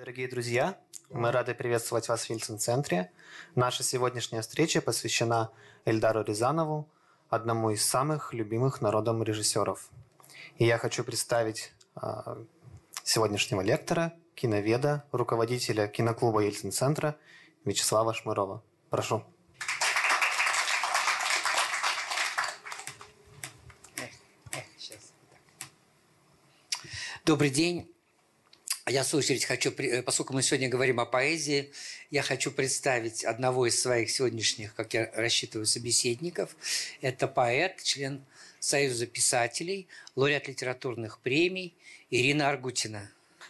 Дорогие друзья, мы рады приветствовать вас в Ельцин-центре. Наша сегодняшняя встреча посвящена Эльдару Рязанову, одному из самых любимых народом режиссеров. И я хочу представить сегодняшнего лектора, киноведа, руководителя киноклуба Ельцин-центра Вячеслава Шмырова. Прошу. Добрый день. Я, в свою очередь, хочу, поскольку мы сегодня говорим о поэзии, я хочу представить одного из своих сегодняшних, как я рассчитываю, собеседников. Это поэт, член Союза писателей, лауреат литературных премий Ирина Аргутина.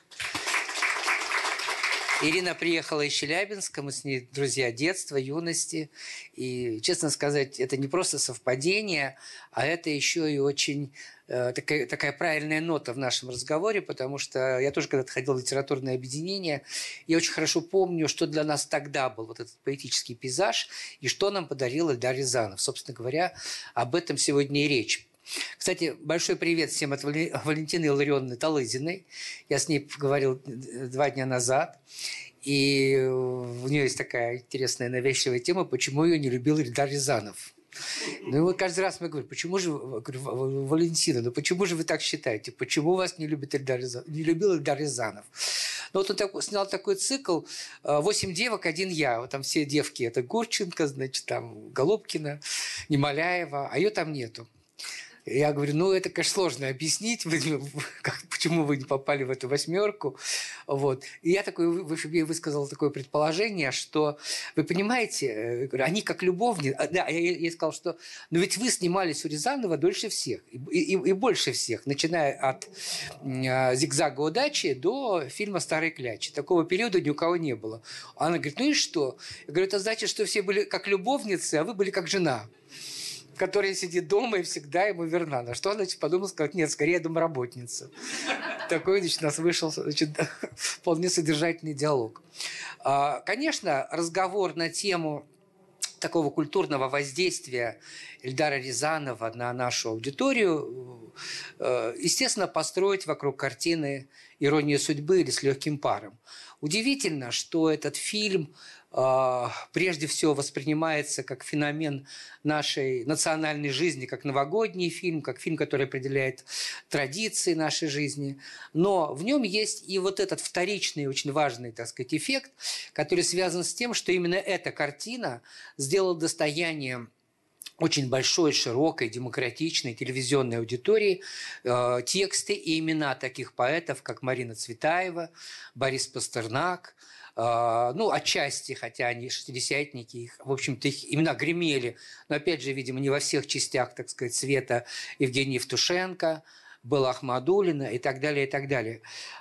Ирина приехала из Челябинска, мы с ней друзья детства, юности. И, честно сказать, это не просто совпадение, а это еще и очень такая правильная нота в нашем разговоре, потому что я тоже когда-то ходил в литературное объединение, я очень хорошо помню, что для нас тогда был вот этот поэтический пейзаж и что нам подарил Эльдар Рязанов. Собственно говоря, об этом сегодня и речь. Кстати, большой привет всем от Валентины Илларионовны Талызиной. Я с ней поговорил 2 дня назад. И у нее есть такая интересная навязчивая тема, почему ее не любил Эльдар Рязанов. Ну и вот каждый раз мы говорим, почему же, говорю, Валентина, ну почему же вы так считаете? Почему вас не любит Эльдар Рязанов, не любил Эльдар Рязанов? Ну вот он снял такой цикл «8 девок, 1 я». Вот там все девки, это Гурченко, значит, там Голубкина, Немоляева, а ее там нету. Я говорю, ну, это, конечно, сложно объяснить, почему вы не попали в эту 8. Вот. И я высказал такое предположение, что, вы понимаете, они как любовники... Да, я сказал, что, ну, ведь вы снимались у Рязанова дольше всех, и больше всех, начиная от «Зигзага удачи» до фильма «Старые клячи». Такого периода ни у кого не было. Она говорит, ну и что? Я говорю, это значит, что все были как любовницы, а вы были как жена, которая сидит дома и всегда ему верна. На что, значит, подумал, сказать, нет, скорее домработница. Такой, значит, у нас вышел, значит, вполне содержательный диалог. Конечно, разговор на тему такого культурного воздействия Эльдара Рязанова на нашу аудиторию, естественно, построить вокруг картины «Ирония судьбы» или «С легким паром». Удивительно, что этот фильм прежде всего воспринимается как феномен нашей национальной жизни, как новогодний фильм, как фильм, который определяет традиции нашей жизни. Но в нем есть и вот этот вторичный, очень важный, так сказать, эффект, который связан с тем, что именно эта картина сделала достоянием очень большой, широкой, демократичной телевизионной аудитории тексты и имена таких поэтов, как Марина Цветаева, Борис Пастернак, ну, отчасти, хотя они шестидесятники, их, в общем-то, их имена гремели, но, опять же, видимо, не во всех частях, так сказать, света, Евгения Евтушенко, Белла Ахмадуллина и так далее, и так далее.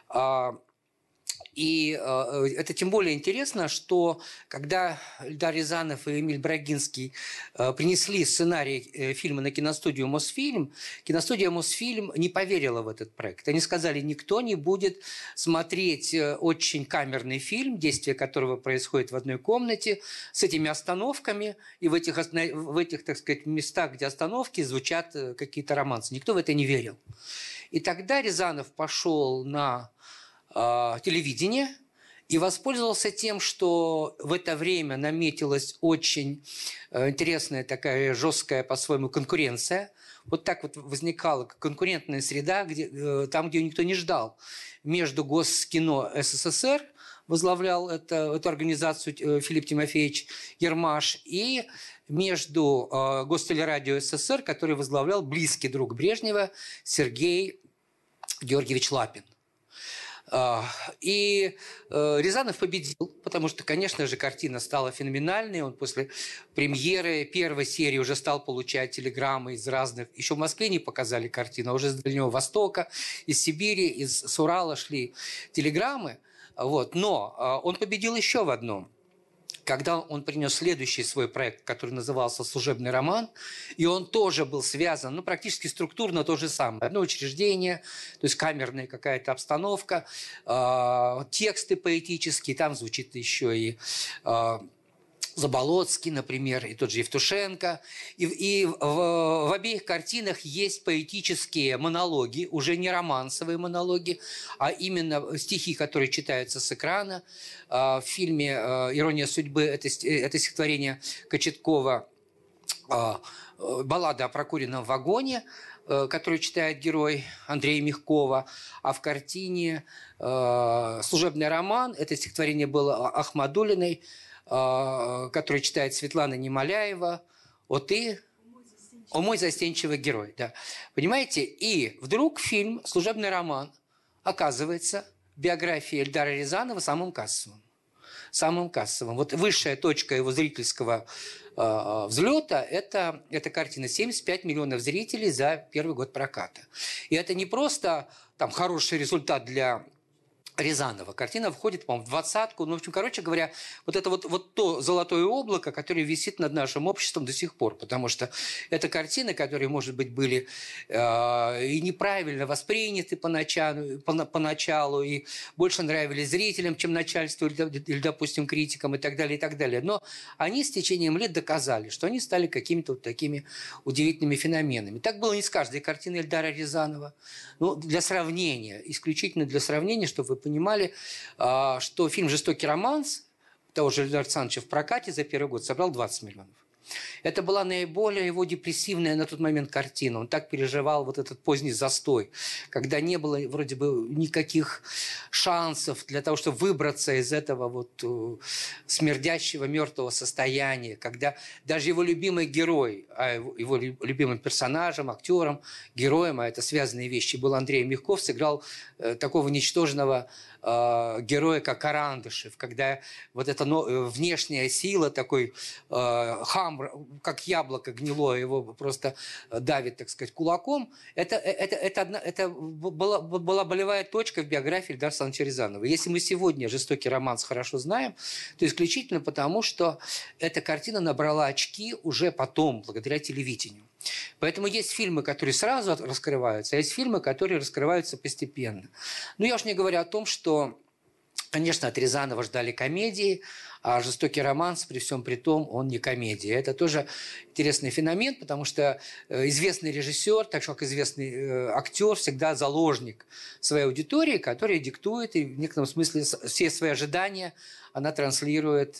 И это тем более интересно, что когда Эльдар Рязанов и Эмиль Брагинский принесли сценарий фильма на киностудию «Мосфильм», киностудия «Мосфильм» не поверила в этот проект. Они сказали, никто не будет смотреть очень камерный фильм, действие которого происходит в одной комнате, с этими остановками, и в этих, так сказать, местах, где остановки, звучат какие-то романсы. Никто в это не верил. И тогда Рязанов пошел на телевидение и воспользовался тем, что в это время наметилась очень интересная такая жесткая по-своему конкуренция. Вот так вот возникала конкурентная среда, там, где никто не ждал, между Госкино СССР, возглавлял эту организацию Филипп Тимофеевич Ермаш, и между Гостелерадио СССР, который возглавлял близкий друг Брежнева Сергей Георгиевич Лапин. И Рязанов победил, потому что, конечно же, картина стала феноменальной. Он после премьеры первой серии уже стал получать телеграммы из разных... Еще в Москве не показали картину, а уже с Дальнего Востока, из Сибири, с Урала шли телеграммы. Вот. Но он победил еще в одном. Когда он принес следующий свой проект, который назывался «Служебный роман», и он тоже был связан, ну, практически структурно то же самое. Одно учреждение, то есть камерная какая-то обстановка, тексты поэтические, там звучит еще и Заболоцкий, например, и тот же Евтушенко. И в обеих картинах есть поэтические монологи, уже не романсовые монологи, а именно стихи, которые читаются с экрана. В фильме «Ирония судьбы» это стихотворение Кочеткова «Баллада о прокуренном вагоне», которую читает герой Андрея Мягкова, а в картине «Служебный роман» это стихотворение было Ахмадуллиной, который читает Светлана Немоляева «О ты, о мой застенчивый герой». Да. Понимаете? И вдруг фильм «Служебный роман» оказывается в биографии Эльдара Рязанова самым кассовым. Самым кассовым. Вот высшая точка его зрительского взлета – это эта картина. 75 миллионов зрителей за первый год проката. И это не просто там хороший результат для Рязанова. Картина входит, по-моему, в двадцатку. Ну, в общем, короче говоря, вот это вот то золотое облако, которое висит над нашим обществом до сих пор. Потому что это картины, которые, может быть, были и неправильно восприняты поначалу, и больше нравились зрителям, чем начальству или, допустим, критикам и так далее, и так далее. Но они с течением лет доказали, что они стали какими-то вот такими удивительными феноменами. Так было не с каждой картиной Эльдара Рязанова. Ну, для сравнения, исключительно для сравнения, чтобы вы понимали, что фильм «Жестокий романс» того же Эльдара Александровича в прокате за первый год собрал 20 миллионов. Это была наиболее его депрессивная на тот момент картина. Он так переживал вот этот поздний застой, когда не было вроде бы никаких шансов для того, чтобы выбраться из этого вот смердящего мертвого состояния, когда даже его любимый герой, а его любимым персонажем, актером, героем, а это связанные вещи, был Андрей Мягков, сыграл такого ничтожного героя, как Карандышев, когда вот эта внешняя сила, такой хам, как яблоко гнилое, его просто давит, так сказать, кулаком, это была болевая точка в биографии Эльдара Александровича Рязанова. Если мы сегодня «Жестокий романс» хорошо знаем, то исключительно потому, что эта картина набрала очки уже потом, благодаря телевидению. Поэтому есть фильмы, которые сразу раскрываются, а есть фильмы, которые раскрываются постепенно. Ну, я уж не говорю о том, что, конечно, от Рязанова ждали комедии, а «Жестокий романс», при всем при том, он не комедия. Это тоже интересный феномен, потому что известный режиссер, так же как известный актер, всегда заложник своей аудитории, которая диктует, и в некотором смысле все свои ожидания она транслирует,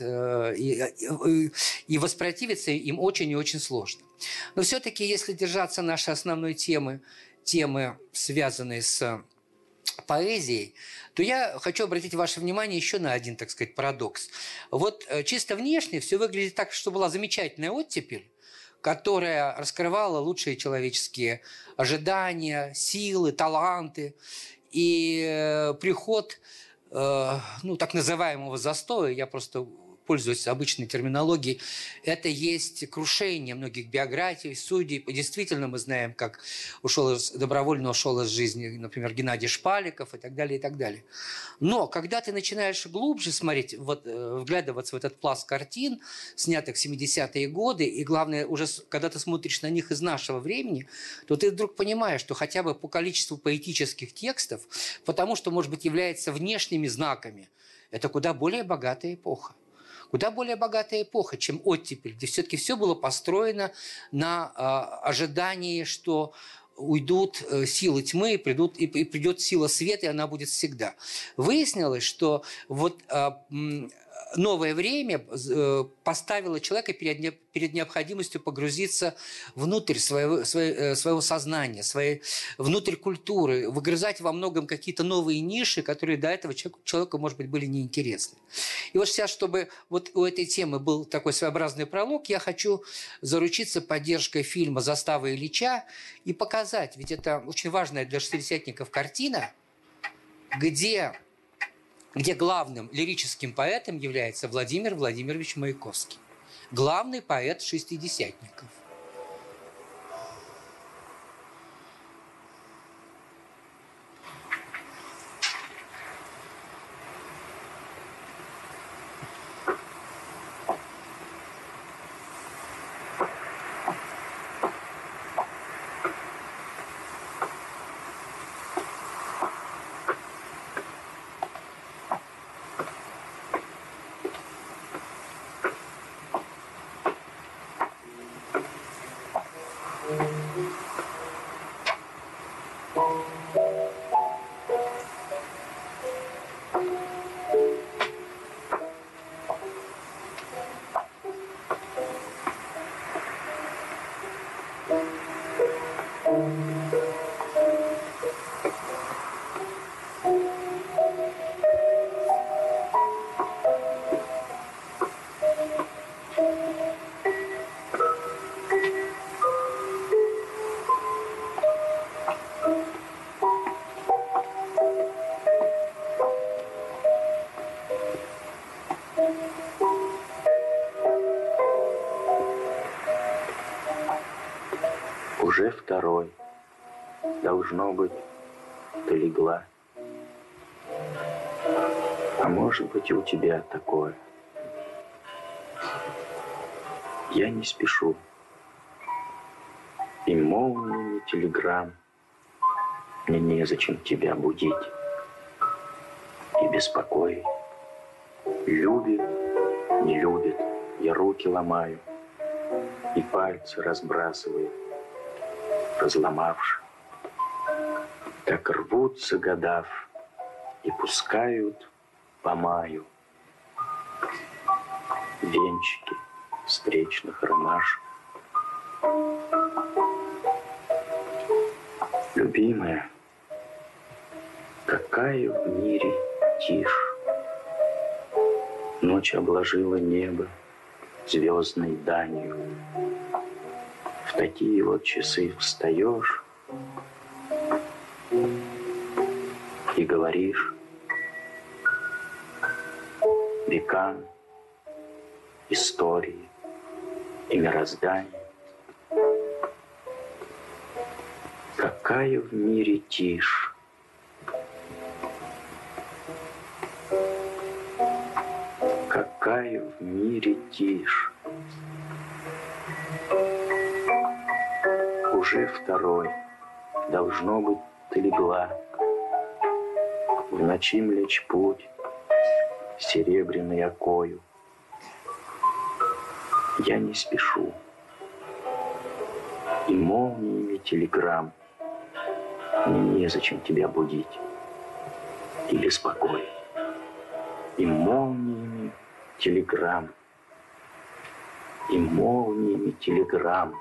и воспротивиться им очень и очень сложно. Но все-таки, если держаться нашей основной темы, связанной с поэзией, то я хочу обратить ваше внимание еще на один, так сказать, парадокс. Вот чисто внешне все выглядит так, что была замечательная оттепель, которая раскрывала лучшие человеческие ожидания, силы, таланты. И приход, так называемого застоя, я просто пользуясь обычной терминологией, это есть крушение многих биографий, судей. Действительно, мы знаем, как добровольно ушел из жизни, например, Геннадий Шпаликов и так далее, и так далее. Но когда ты начинаешь глубже смотреть, вглядываться в этот пласт картин, снятых в 70-е годы, и главное, уже когда ты смотришь на них из нашего времени, то ты вдруг понимаешь, что хотя бы по количеству поэтических текстов, потому что, может быть, является внешними знаками, это куда более богатая эпоха. Куда более богатая эпоха, чем оттепель, где все-таки все было построено на ожидании, что уйдут силы тьмы, и придет сила света, и она будет всегда. Выяснилось, что новое время поставило человека перед необходимостью погрузиться внутрь своего сознания, внутрь культуры, выгрызать во многом какие-то новые ниши, которые до этого человеку, может быть, были неинтересны. И вот сейчас, чтобы вот у этой темы был такой своеобразный пролог, я хочу заручиться поддержкой фильма «Застава Ильича» и показать, ведь это очень важная для шестидесятников картина, где главным лирическим поэтом является Владимир Владимирович Маяковский. Главный поэт шестидесятников. Уже второй. Должно быть, ты легла. А может быть, и у тебя такое. Я не спешу. И молниями телеграмм мне незачем тебя будить и беспокоить. Любит, не любит, я руки ломаю и пальцы разбрасываю, разломавши. Так рвутся годав и пускают по маю венчики встречных ромашек. Любимая, какая в мире тишь. Ночь обложила небо звездной данью. В такие вот часы встаешь и говоришь векам, истории и мирозданию. Какая в мире тишь. Какая в мире тишь. Уже второй. Должно быть, ты легла. В ночи млечь путь серебряной окою. Я не спешу. И молниями телеграмм мне незачем тебя будить и беспокоить. И молниями телеграмм, и молниями телеграмм,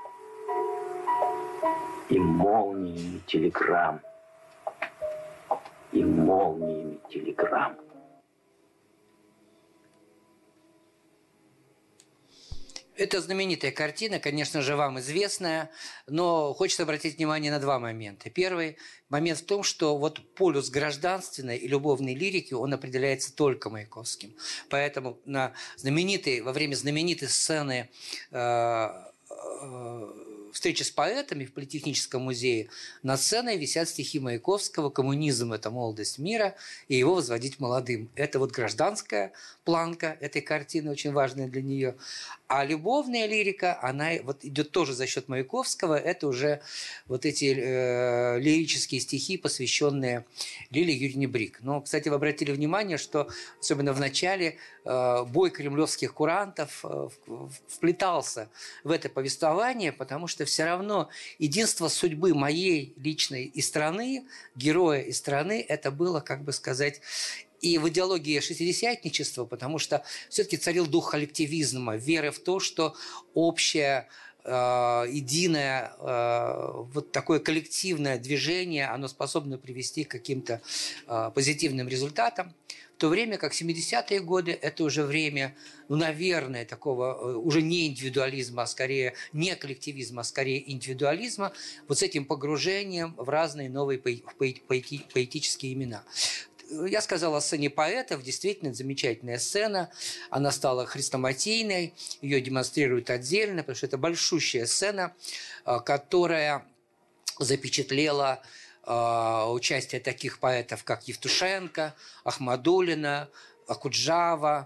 и молниями телеграмм, и молниями телеграмм. Это знаменитая картина, конечно же, вам известная, но хочется обратить внимание на два момента. Первый момент в том, что вот полюс гражданственной и любовной лирики, он определяется только Маяковским. Поэтому во время знаменитой сцены встречи с поэтами в Политехническом музее над сценой висят стихи Маяковского «Коммунизм – это молодость мира, и его возводить молодым». Это вот гражданская планка этой картины, очень важная для нее. А любовная лирика, она вот идет тоже за счет Маяковского. Это уже вот эти лирические стихи, посвященные Лилии Юрьевне Брик. Но, кстати, вы обратили внимание, что особенно в начале бой кремлевских курантов вплетался в это повествование, потому что все равно единство судьбы моей личной и страны, героя и страны, это было, как бы сказать, и в идеологии шестидесятничества, потому что все-таки царил дух коллективизма, веры в то, что общее, единое, вот такое коллективное движение, оно способно привести к каким-то позитивным результатам. В то время как 70-е годы – это уже время, ну, наверное, такого уже не индивидуализма, а скорее не коллективизма, а скорее индивидуализма, вот с этим погружением в разные новые поэтические имена. Я сказал о сцене поэтов. Действительно, замечательная сцена. Она стала хрестоматийной. Ее демонстрируют отдельно, потому что это большущая сцена, которая запечатлела участие таких поэтов, как Евтушенко, Ахмадуллина, Акуджава,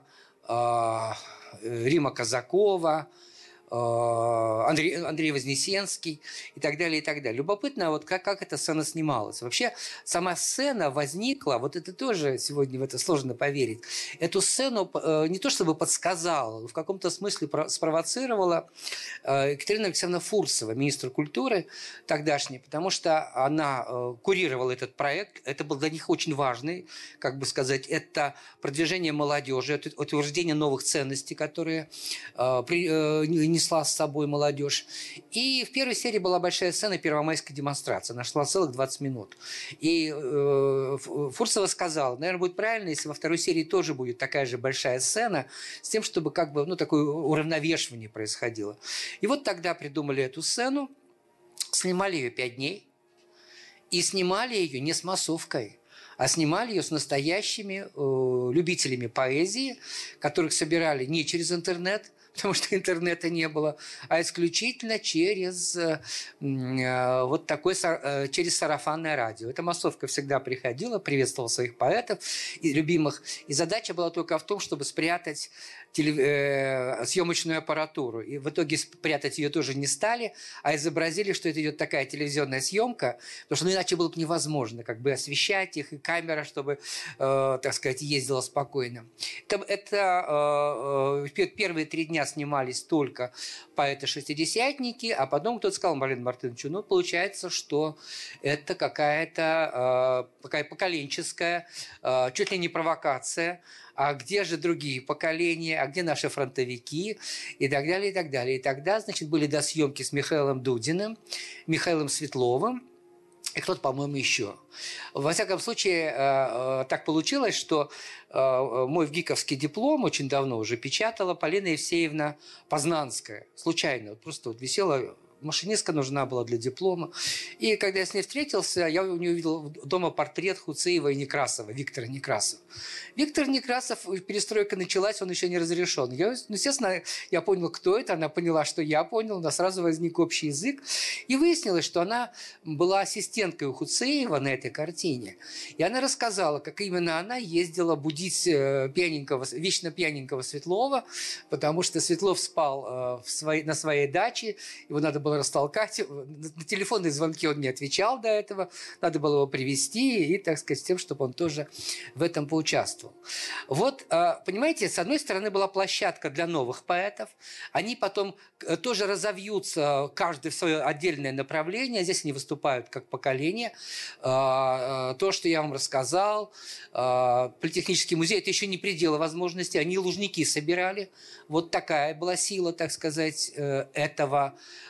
Рима Казакова, Андрей Вознесенский и так далее, и так далее. Любопытно, вот как эта сцена снималась. Вообще, сама сцена возникла, вот это тоже сегодня в это сложно поверить, эту сцену не то чтобы подсказала, в каком-то смысле спровоцировала Екатерина Александровна Фурсова, министр культуры тогдашний, потому что она курировала этот проект, это был для них очень важный, как бы сказать, это продвижение молодежи, это утверждение новых ценностей, которые несла с собой молодежь. И в первой серии была большая сцена первомайской демонстрации. Она шла целых 20 минут. И Фурсова сказала, наверное, будет правильно, если во второй серии тоже будет такая же большая сцена, с тем, чтобы как бы, ну, такое уравновешивание происходило. И вот тогда придумали эту сцену, снимали ее 5 дней, и снимали ее не с массовкой, а снимали ее с настоящими любителями поэзии, которых собирали не через интернет, потому что интернета не было, а исключительно через вот такой, через сарафанное радио. Эта массовка всегда приходила, приветствовала своих поэтов и любимых, и задача была только в том, чтобы спрятать съемочную аппаратуру. И в итоге спрятать ее тоже не стали, а изобразили, что это идет такая телевизионная съемка, потому что иначе было бы невозможно как бы освещать их, и камера, чтобы, так сказать, ездила спокойно. Это первые 3 дня снимались только поэты-шестидесятники, а потом кто-то сказал Марину Мартыновичу, ну, получается, что это какая-то такая поколенческая, чуть ли не провокация, а где же другие поколения, а где наши фронтовики и так далее, и так далее. И тогда, значит, были досъемки с Михаилом Дудиным, Михаилом Светловым, и кто-то, по-моему, еще. Во всяком случае, так получилось, что мой вгиковский диплом очень давно уже печатала Полина Евсеевна Познанская. Случайно. Вот просто вот висела, машинистка нужна была для диплома. И когда я с ней встретился, я у нее увидел дома портрет Хуцеева и Некрасова, Виктора Некрасова. Виктор Некрасов, перестройка началась, он еще не разрешен. Естественно, я понял, кто это, она поняла, что я понял, у нас сразу возник общий язык. И выяснилось, что она была ассистенткой у Хуцеева на этой картине. И она рассказала, как именно она ездила будить вечно пьяненького Светлова, потому что Светлов спал на своей даче, его надо было растолкать. На телефонные звонки он не отвечал до этого. Надо было его привести и, так сказать, с тем, чтобы он тоже в этом поучаствовал. Вот, понимаете, с одной стороны была площадка для новых поэтов. Они потом тоже разовьются, каждый в свое отдельное направление. Здесь они выступают как поколение. То, что я вам рассказал, Политехнический музей – это еще не пределы возможностей. Они Лужники собирали. Вот такая была сила, так сказать, этого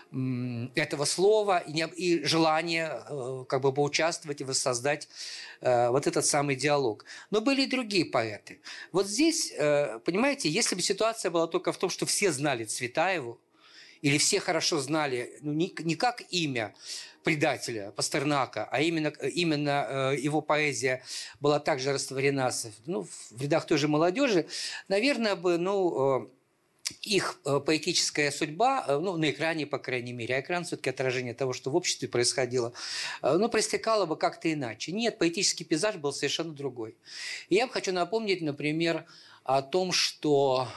слова и желание как бы поучаствовать и воссоздать вот этот самый диалог. Но были и другие поэты. Вот здесь, понимаете, если бы ситуация была только в том, что все знали Цветаеву, или все хорошо знали, ну, не как имя предателя Пастернака, а именно его поэзия была также растворена в рядах той же молодежи, наверное, бы, их поэтическая судьба, на экране, по крайней мере, а экран все-таки отражение того, что в обществе происходило, проистекало бы как-то иначе. Нет, поэтический пейзаж был совершенно другой. И я хочу напомнить, например, о том, что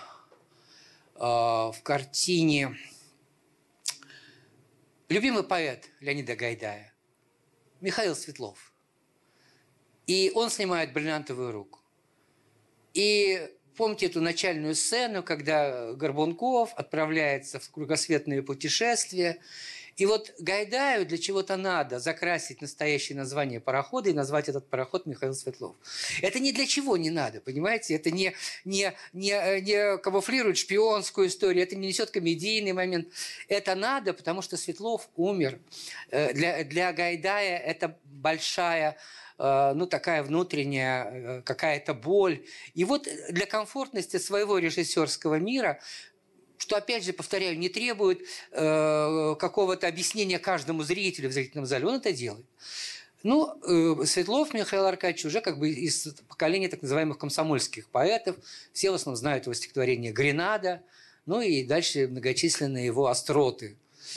в картине любимый поэт Леонида Гайдая Михаил Светлов. И он снимает «Бриллиантовую руку». И помните эту начальную сцену, когда Горбунков отправляется в кругосветное путешествие. И вот Гайдаю для чего-то надо закрасить настоящее название парохода и назвать этот пароход Михаил Светлов. Это ни для чего не надо, понимаете? Это не камуфлирует шпионскую историю, это не несет комедийный момент. Это надо, потому что Светлов умер. Для Гайдая это большая такая внутренняя какая-то боль. И вот для комфортности своего режиссерского мира, что, опять же, повторяю, не требует какого-то объяснения каждому зрителю в зрительном зале, он это делает. Светлов Михаил Аркадьевич уже как бы из поколения так называемых комсомольских поэтов. Все в основном знают его стихотворение «Гренада», и дальше многочисленные его остроты,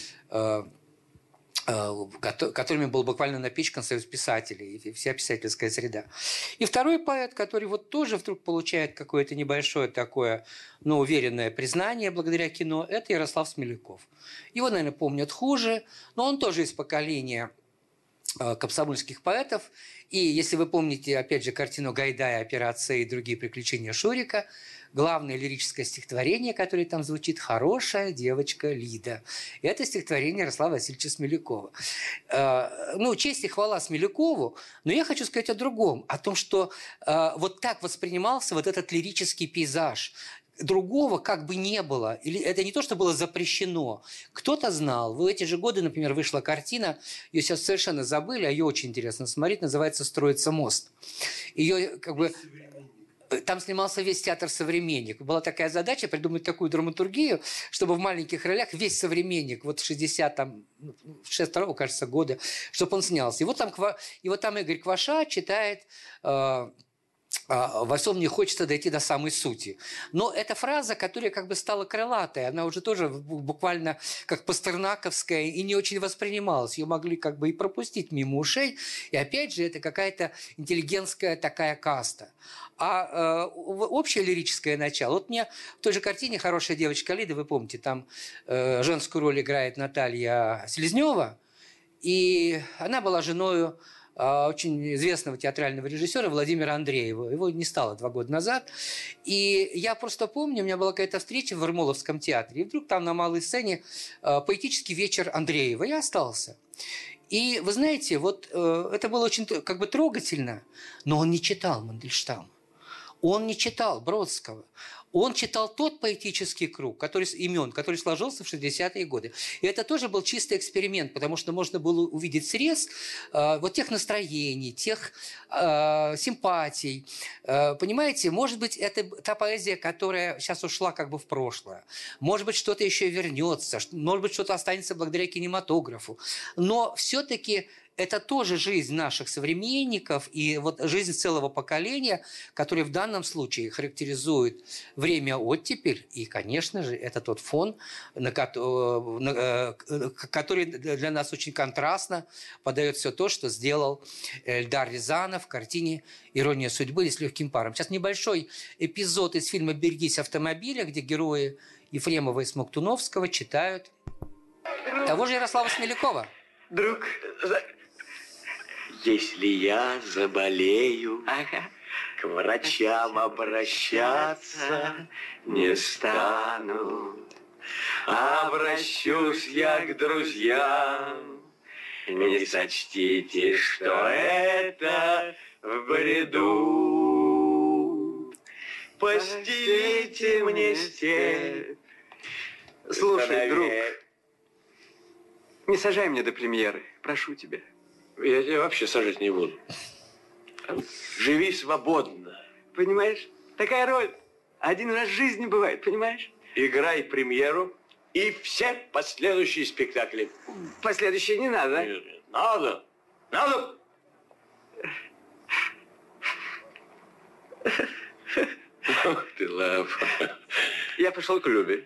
которыми был буквально напичкан союз писателей и вся писательская среда. И второй поэт, который вот тоже вдруг получает какое-то небольшое такое, уверенное признание благодаря кино, это Ярослав Смеляков. Его, наверное, помнят хуже, но он тоже из поколения комсомольских поэтов. И если вы помните, опять же, картину Гайдая «Операция» и другие приключения Шурика, главное лирическое стихотворение, которое там звучит, «Хорошая девочка Лида». И это стихотворение Ярослава Васильевича Смелякова. Честь и хвала Смелякову, но я хочу сказать о другом, о том, что вот так воспринимался вот этот лирический пейзаж. Другого как бы не было. Или это не то, что было запрещено. Кто-то знал. В эти же годы, например, вышла картина, ее сейчас совершенно забыли, а ее очень интересно смотреть, называется «Строится мост». Ее как бы... Там снимался весь театр «Современник». Была такая задача придумать такую драматургию, чтобы в маленьких ролях весь «Современник», вот 62-го, кажется, года, чтобы он снялся. И вот там Игорь Кваша читает «Во всем не хочется дойти до самой сути». Но эта фраза, которая как бы стала крылатой, она уже тоже буквально как пастернаковская и не очень воспринималась. Ее могли как бы и пропустить мимо ушей. И опять же, это какая-то интеллигентская такая каста. А общее лирическое начало. Вот мне в той же картине «Хорошая девочка Лида», вы помните, там женскую роль играет Наталья Селезнева, и она была женою очень известного театрального режиссера Владимира Андреева. Его не стало 2 года назад. И я просто помню, у меня была какая-то встреча в Ермоловском театре, и вдруг там на малой сцене поэтический вечер Андреева. Я остался. И вы знаете, вот это было очень как бы трогательно, но он не читал Мандельштама. Он не читал Бродского. Он читал тот поэтический круг, который сложился в 60-е годы. И это тоже был чистый эксперимент, потому что можно было увидеть срез вот тех настроений, тех симпатий. Понимаете, может быть, это та поэзия, которая сейчас ушла как бы в прошлое. Может быть, что-то еще вернется, может быть, что-то останется благодаря кинематографу. Но все-таки это тоже жизнь наших современников и вот жизнь целого поколения, которое в данном случае характеризует время оттепель. И, конечно же, это тот фон, который для нас очень контрастно подает все то, что сделал Эльдар Рязанов в картине «Ирония судьбы» или «С легким паром». Сейчас небольшой эпизод из фильма «Берегись автомобиля», где герои Ефремова и Смоктуновского читают того же Ярослава Смелякова. Друг, если я заболею, к врачам обращаться не стану. Обращусь я к друзьям, не сочтите, что это в бреду. Постелите мне степь. Слушай, друг, не сажай мне до премьеры, прошу тебя. Я тебя вообще сажать не буду. Живи свободно. Понимаешь? Такая роль один раз в жизни бывает, понимаешь? Играй премьеру и все последующие спектакли. Последующие не надо, да? Нет, надо. Надо. Ох ты, лав. Я пошел к Любе.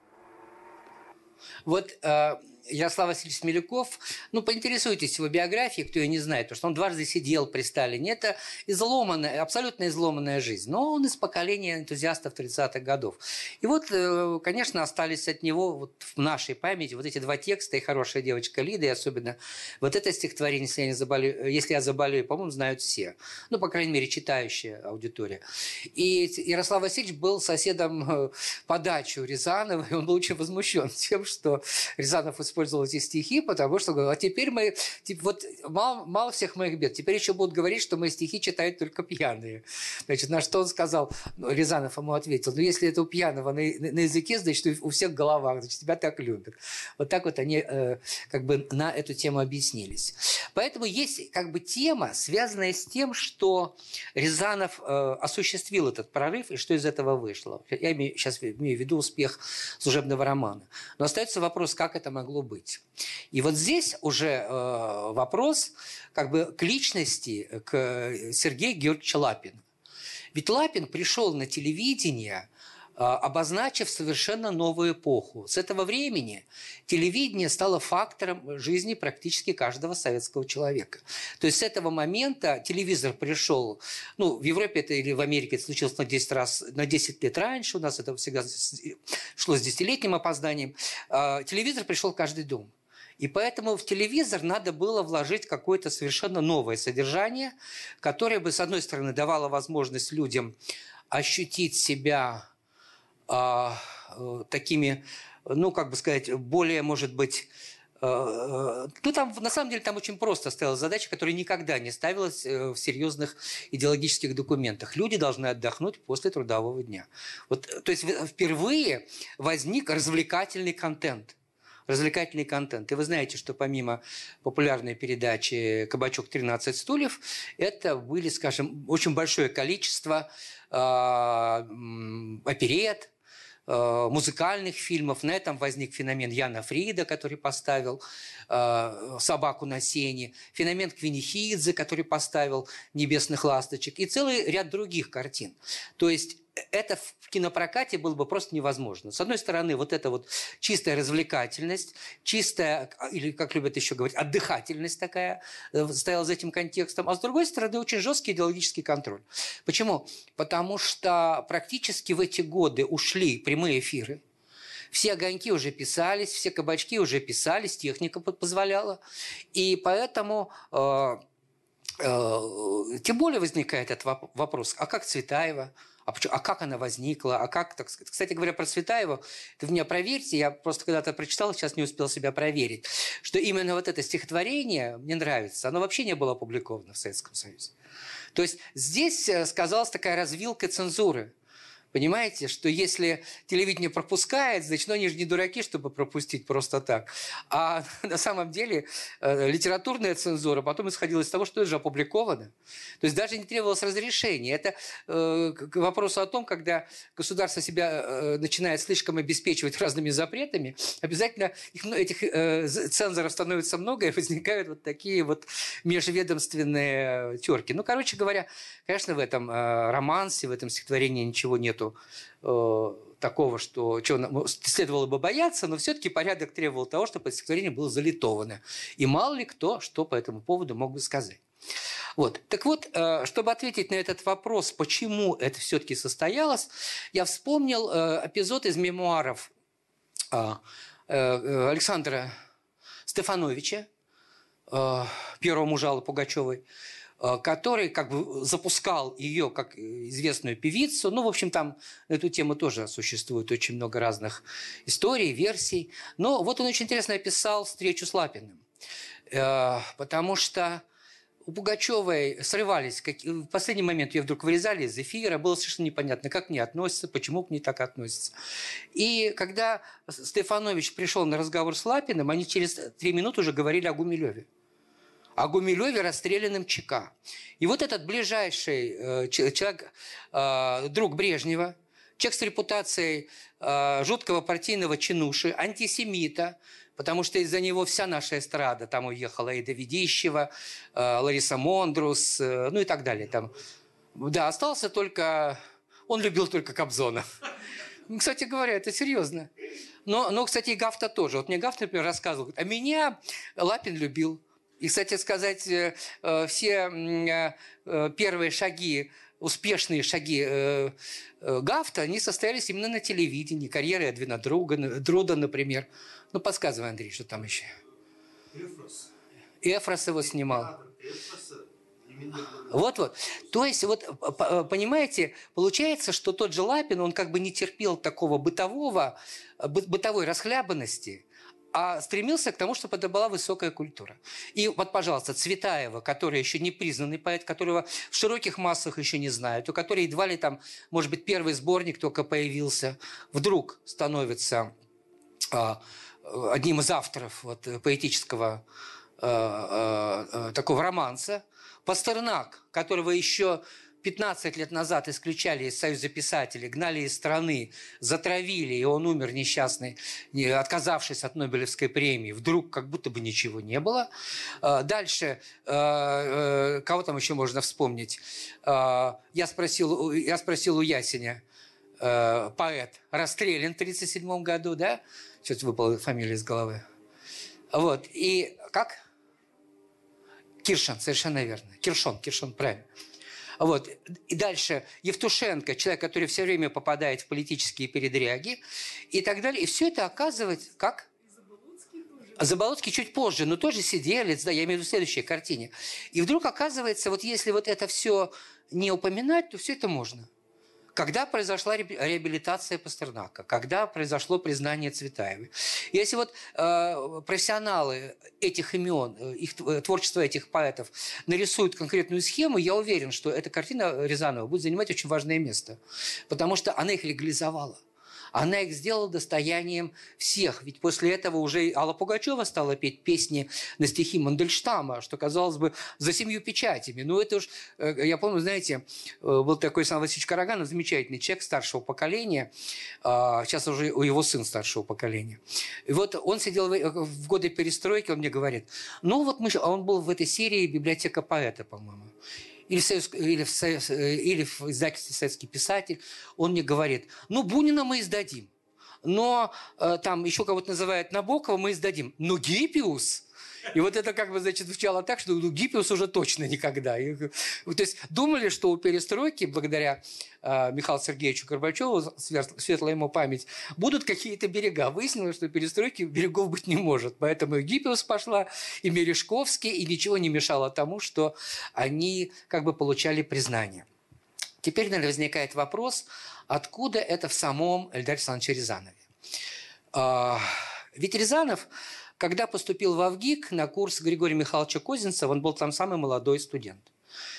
Вот Ярослав Васильевич Смеляков, поинтересуйтесь его биографией, кто ее не знает, потому что он дважды сидел при Сталине. Это абсолютно изломанная жизнь. Но он из поколения энтузиастов 30-х годов. И вот, конечно, остались от него вот в нашей памяти вот эти 2 текста «И хорошая девочка Лида», и особенно вот это стихотворение «Если я заболею», по-моему, знают все. По крайней мере, читающая аудитория. И Ярослав Васильевич был соседом по даче у Рязанова, и он был очень возмущен тем, что Рязанов использовал эти стихи, потому что говорил, а теперь мы, вот мало всех моих бед, теперь еще будут говорить, что мои стихи читают только пьяные. Значит, на что он сказал, Рязанов ему ответил, если это у пьяного на языке, значит, у всех в головах, значит, тебя так любят. Вот так вот они как бы на эту тему объяснились. Поэтому есть как бы тема, связанная с тем, что Рязанов осуществил этот прорыв и что из этого вышло. Я сейчас имею в виду успех служебного романа. Но остается вопрос, как это могло быть. И вот здесь уже вопрос как бы к личности, к Сергею Георгиевичу Лапину. Ведь Лапин пришел на телевидение, обозначив совершенно новую эпоху. С этого времени телевидение стало фактором жизни практически каждого советского человека. То есть с этого момента телевизор пришел, в Европе это или в Америке это случилось на 10 лет раньше, у нас это всегда шло с 10-летним опозданием. Телевизор пришел в каждый дом. И поэтому в телевизор надо было вложить какое-то совершенно новое содержание, которое бы, с одной стороны, давало возможность людям ощутить себя такими, как бы сказать, более, может быть, там, на самом деле, там очень просто стояла задача, которая никогда не ставилась в серьезных идеологических документах. Люди должны отдохнуть после трудового дня. То есть впервые возник развлекательный контент. развлекательный контент. И вы знаете, что помимо популярной передачи «Кабачок 13 стульев», это были, скажем, очень большое количество оперет, музыкальных фильмов. На этом возник феномен Яна Фрида, который поставил «Собаку на сене», феномен Квинихидзе, который поставил «Небесных ласточек», и целый ряд других картин. То есть это в кинопрокате было бы просто невозможно. С одной стороны, вот эта вот чистая развлекательность, чистая, или, как любят еще говорить, отдыхательность такая стояла за этим контекстом, а с другой стороны, очень жесткий идеологический контроль. Почему? Потому что практически в эти годы ушли прямые эфиры, все огоньки уже писались, все кабачки уже писались, техника позволяла, и поэтому... Тем более возникает этот вопрос, а как Цветаева? А как она возникла? А как, так сказать? Кстати говоря, про Цветаеву, вы меня проверьте, я просто когда-то прочитал, сейчас не успел себя проверить, что именно вот это стихотворение, мне нравится, оно вообще не было опубликовано в Советском Союзе. То есть здесь сказалась такая развилка цензуры. Понимаете, что если телевидение пропускает, значит, они же не дураки, чтобы пропустить просто так. А на самом деле литературная цензура потом исходила из того, что это же опубликовано. То есть даже не требовалось разрешения. Это к вопросу о том, когда государство себя начинает слишком обеспечивать разными запретами, обязательно этих цензоров становится много, и возникают вот такие вот межведомственные терки. Ну, короче говоря, конечно, в этом романсе, в этом стихотворении ничего нет такого, чего следовало бы бояться, но все-таки порядок требовал того, чтобы это стихотворение было залитовано. И мало ли кто что по этому поводу мог бы сказать. Вот. Так вот, чтобы ответить на этот вопрос, почему это все-таки состоялось, я вспомнил эпизод из мемуаров Александра Стефановича, первого мужа Аллы Пугачевой, который как бы запускал ее как известную певицу. Ну, в общем, там на эту тему тоже существует очень много разных историй, версий. Но вот он очень интересно описал встречу с Лапиным. Потому что у Пугачевой срывались, в последний момент ее вдруг вырезали из эфира, было совершенно непонятно, как к ней относятся, почему к ней так относятся. И когда Стефанович пришел на разговор с Лапиным, они через 3 минуты уже говорили о Гумилеве. О Гумилеве, расстрелянном ЧК. И вот этот ближайший человек, друг Брежнева, человек с репутацией жуткого партийного чинуши, антисемита, потому что из-за него вся наша эстрада, там уехала Эйда Ведищева, Лариса Мондрус, ну и так далее. Там. Да, остался только... Он любил только Кобзона. Кстати говоря, это серьезно. Но, кстати, и Гафта тоже. Вот мне Гафта, например, рассказывал, а меня Лапин любил. И, кстати сказать, все первые шаги, успешные шаги Гафта, они состоялись именно на телевидении. Карьера Эдвина Друда, например. Ну, подсказывай, Андрей, что там еще. Эфрос его снимал. Вот. То есть, вот, понимаете, получается, что тот же Лапин, он как бы не терпел такого бытовой расхлябанности, а стремился к тому, чтобы это была высокая культура. И вот, пожалуйста, Цветаева, которая еще не признанный поэт, которого в широких массах еще не знают, у которой едва ли там, может быть, первый сборник только появился, вдруг становится одним из авторов вот, поэтического такого романса. Пастернак, которого еще 15 лет назад исключали из Союза писателей, гнали из страны, затравили, и он умер несчастный, отказавшись от Нобелевской премии. Вдруг как будто бы ничего не было. Дальше, кого там еще можно вспомнить? Я спросил у Ясеня, поэт, расстрелян в 1937 году, да? Что-то выпала фамилия из головы. Вот, и как? Киршан, совершенно верно. Киршон, правильно. Вот. И дальше Евтушенко, человек, который все время попадает в политические передряги и так далее. И все это оказывается... Как? Заболоцкий чуть позже, но тоже сиделец, да, я имею в виду в следующей картине. И вдруг оказывается, вот если вот это все не упоминать, то все это можно. Когда произошла реабилитация Пастернака, когда произошло признание Цветаевой. Если вот профессионалы этих имен, творчество этих поэтов нарисуют конкретную схему, я уверен, что эта картина Рязанова будет занимать очень важное место. Потому что она их легализовала. она их сделала достоянием всех. Ведь после этого уже Алла Пугачева стала петь песни на стихи Мандельштама, что, казалось бы, за 7 печатями. Ну, это уж, я помню, знаете, был такой Александр Васильевич Караганов, замечательный человек старшего поколения. Сейчас уже его сын старшего поколения. И вот он сидел в годы перестройки, он мне говорит, ну, вот он был в этой серии «Библиотека поэта», по-моему. Или в издательстве «Советский писатель», он мне говорит, ну, Бунина мы издадим, но там еще кого-то называют Набокова, мы издадим, но Гиппиус... И вот это как бы, значит, звучало так, что Гиппиус уже точно никогда. То есть думали, что у перестройки, благодаря Михаилу Сергеевичу Горбачеву, светлая ему память, будут какие-то берега. Выяснилось, что у перестройки берегов быть не может. Поэтому и Гиппиус пошла, и Мережковский, и ничего не мешало тому, что они как бы получали признание. Теперь, наверное, возникает вопрос, откуда это в самом Эльдаре Александровиче Рязанове. Ведь Рязанов... Когда поступил в ВГИК на курс Григория Михайловича Козинцева, он был там самый молодой студент.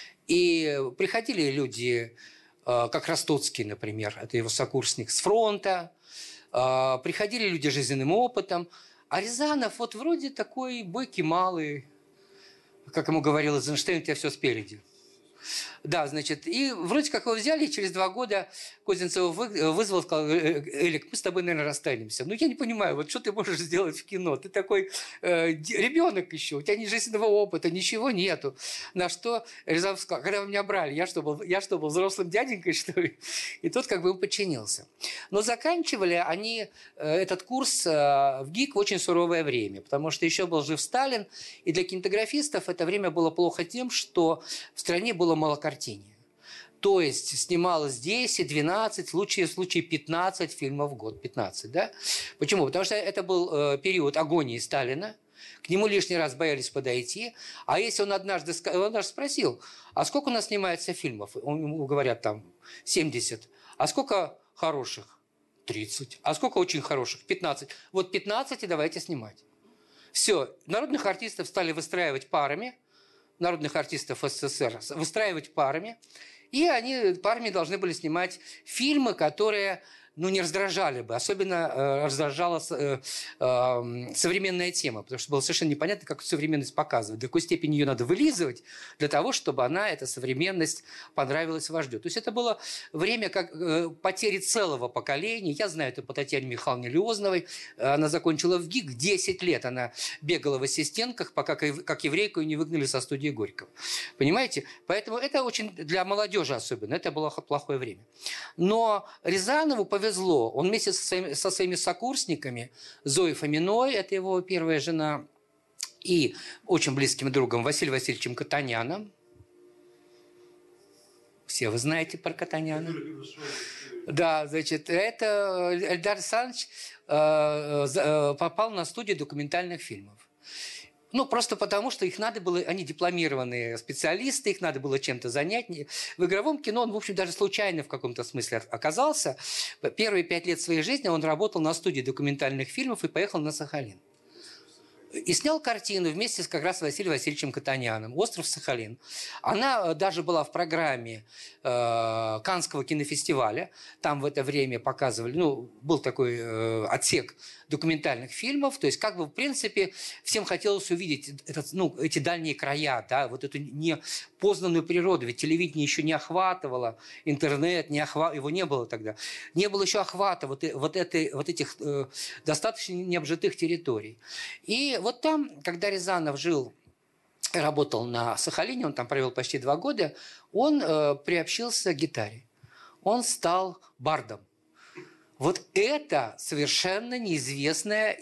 И приходили люди, как Ростоцкий, например, это его сокурсник с фронта, приходили люди с жизненным опытом, а Рязанов вот вроде такой бойкий малый, как ему говорил Эйзенштейн, у тебя все спереди. Да, значит, и вроде как его взяли, и через 2 года Козинцев вызвал, сказал, Элик, мы с тобой, наверное, расстанемся. Ну, я не понимаю, вот что ты можешь сделать в кино? Ты такой ребенок еще, у тебя ни жизненного опыта, ничего нету. На что Рязанов сказал, когда вы меня брали, я что, был взрослым дяденькой, что ли? И тот как бы ему подчинился. Но заканчивали они этот курс в ГИК в очень суровое время, потому что еще был жив Сталин, и для кинематографистов это время было плохо тем, что в стране было мало картине. То есть снималось 10, 12, в случае 15 фильмов в год. 15, да? Почему? Потому что это был период агонии Сталина. К нему лишний раз боялись подойти. А если он однажды спросил, а сколько у нас снимается фильмов? Ему говорят там 70. А сколько хороших? 30. А сколько очень хороших? 15. Вот 15 и давайте снимать. Все. Народных артистов стали выстраивать парами. Народных артистов СССР выстраивать парами. И они парами должны были снимать фильмы, которые не раздражали бы. Особенно раздражала современная тема, потому что было совершенно непонятно, как современность показывать. До какой степени ее надо вылизывать для того, чтобы эта современность понравилась вождю. То есть это было время как потери целого поколения. Я знаю это по Татьяне Михайловне Лиозновой. Она закончила в ГИК. 10 лет она бегала в ассистентках, пока как еврейку ее не выгнали со студии Горького. Понимаете? Поэтому это очень для молодежи особенно. Это было плохое время. Но Рязанову повезло. Он вместе со своими сокурсниками, Зоей Фоминой, это его первая жена, и очень близким другом Василием Васильевичем Катаняном. Все вы знаете про Катаняна. Да, значит, это Эльдар Александрович попал на студию документальных фильмов. Просто потому, что их надо было, они дипломированные специалисты, их надо было чем-то занять. В игровом кино он, в общем, даже случайно в каком-то смысле оказался. Первые 5 лет своей жизни он работал на студии документальных фильмов и поехал на Сахалин. И снял картину вместе с как раз Василием Васильевичем Катаняном «Остров Сахалин». Она даже была в программе Каннского кинофестиваля. Там в это время показывали, был такой отсек документальных фильмов. То есть, в принципе, всем хотелось увидеть эти дальние края, да, вот эту непознанную природу. Ведь телевидение еще не охватывало, интернет его не было тогда. Не было еще охвата вот этих достаточно необжитых территорий. И вот там, когда Рязанов работал на Сахалине, он там провел почти 2 года, он приобщился к гитаре. Он стал бардом. Вот это совершенно неизвестная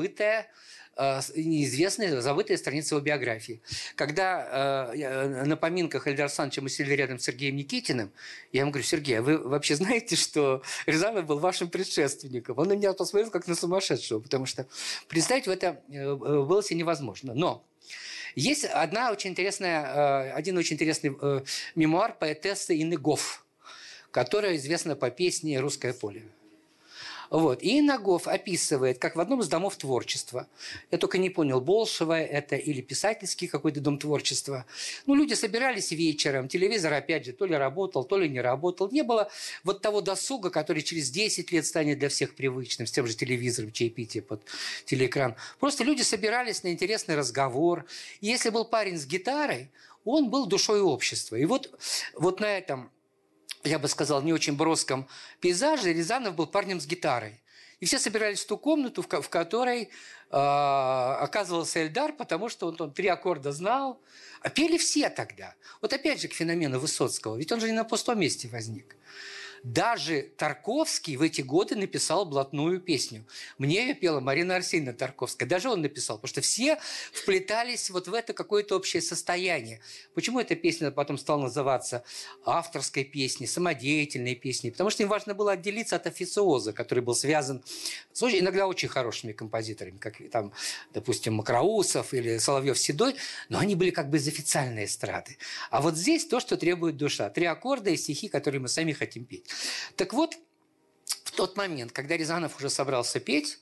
забытая страница его биографии. Когда на поминках Эльдара Александровича мы сидели рядом с Сергеем Никитиным, я ему говорю: Сергей, а вы вообще знаете, что Рязанов был вашим предшественником? Он на меня посмотрел как на сумасшедшего, потому что представить в это было себе невозможно. Но есть один очень интересный мемуар поэтессы Инны Гофф, которая известна по песне «Русское поле». Вот. И Нагов описывает, как в одном из домов творчества. Я только не понял, Болшево это или писательский какой-то дом творчества. Ну, люди собирались вечером, телевизор, опять же, то ли работал, то ли не работал. Не было вот того досуга, который через 10 лет станет для всех привычным, с тем же телевизором, чаепитие под телеэкран. Просто люди собирались на интересный разговор. И если был парень с гитарой, он был душой общества. И вот на этом, я бы сказал, не очень броском пейзаже Рязанов был парнем с гитарой. И все собирались в ту комнату, в которой оказывался Эльдар, потому что он 3 аккорда знал. А пели все тогда. Вот опять же к феномену Высоцкого. Ведь он же не на пустом месте возник. Даже Тарковский в эти годы написал блатную песню. Мне ее пела Марина Арсеньевна Тарковская. Даже он написал, потому что все вплетались вот в это какое-то общее состояние. Почему эта песня потом стала называться авторской песней, самодеятельной песней? Потому что им важно было отделиться от официоза, который был связан с иногда очень хорошими композиторами, как там, допустим, Макроусов или Соловьев-Седой, но они были как бы из официальной эстрады. А вот здесь то, что требует душа. 3 аккорда и стихи, которые мы сами хотим петь. Так вот, в тот момент, когда Рязанов уже собрался петь,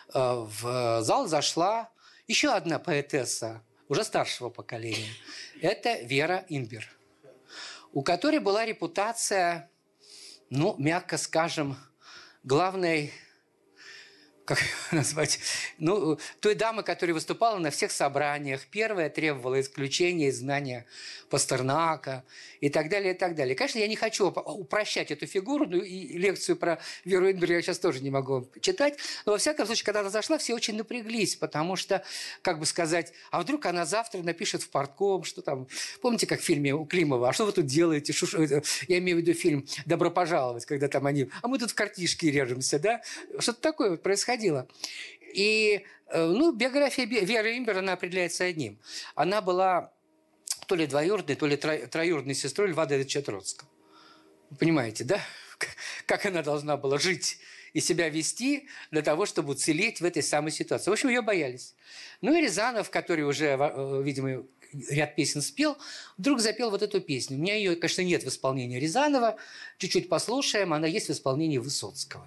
в зал зашла еще одна поэтесса, уже старшего поколения. Это Вера Инбер, у которой была репутация, ну, мягко скажем, главной, как назвать, ну, той дамы, которая выступала на всех собраниях. Первая требовала исключения из знания Пастернака и так далее, и так далее. Конечно, я не хочу упрощать эту фигуру, ну, и лекцию про Веру Инбер я сейчас тоже не могу читать, но во всяком случае, когда она зашла, все очень напряглись, потому что, как бы сказать, а вдруг она завтра напишет в партком, что там, помните, как в фильме у Климова, а что вы тут делаете? Я имею в виду фильм «Добро пожаловать», когда там они, а мы тут в картишки режемся, да? Что-то такое вот происходило. И, ну, биография Веры Инбер, она определяется одним. Она была то ли двоюродной, то ли троюродной сестрой Льва Давидовича Троцкого. Вы понимаете, да? Как она должна была жить и себя вести для того, чтобы уцелеть в этой самой ситуации. В общем, ее боялись. Ну и Рязанов, который уже, видимо, ряд песен спел, вдруг запел вот эту песню. У меня ее, конечно, нет в исполнении Рязанова. Чуть-чуть послушаем. Она есть в исполнении Высоцкого.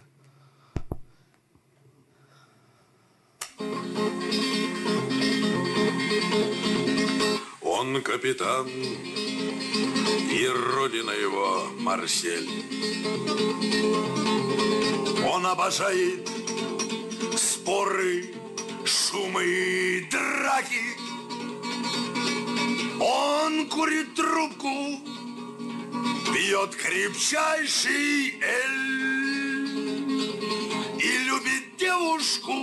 Он капитан, и родина его Марсель. Он обожает споры, шумы и драки. Он курит трубку, пьет крепчайший эль и любит девушку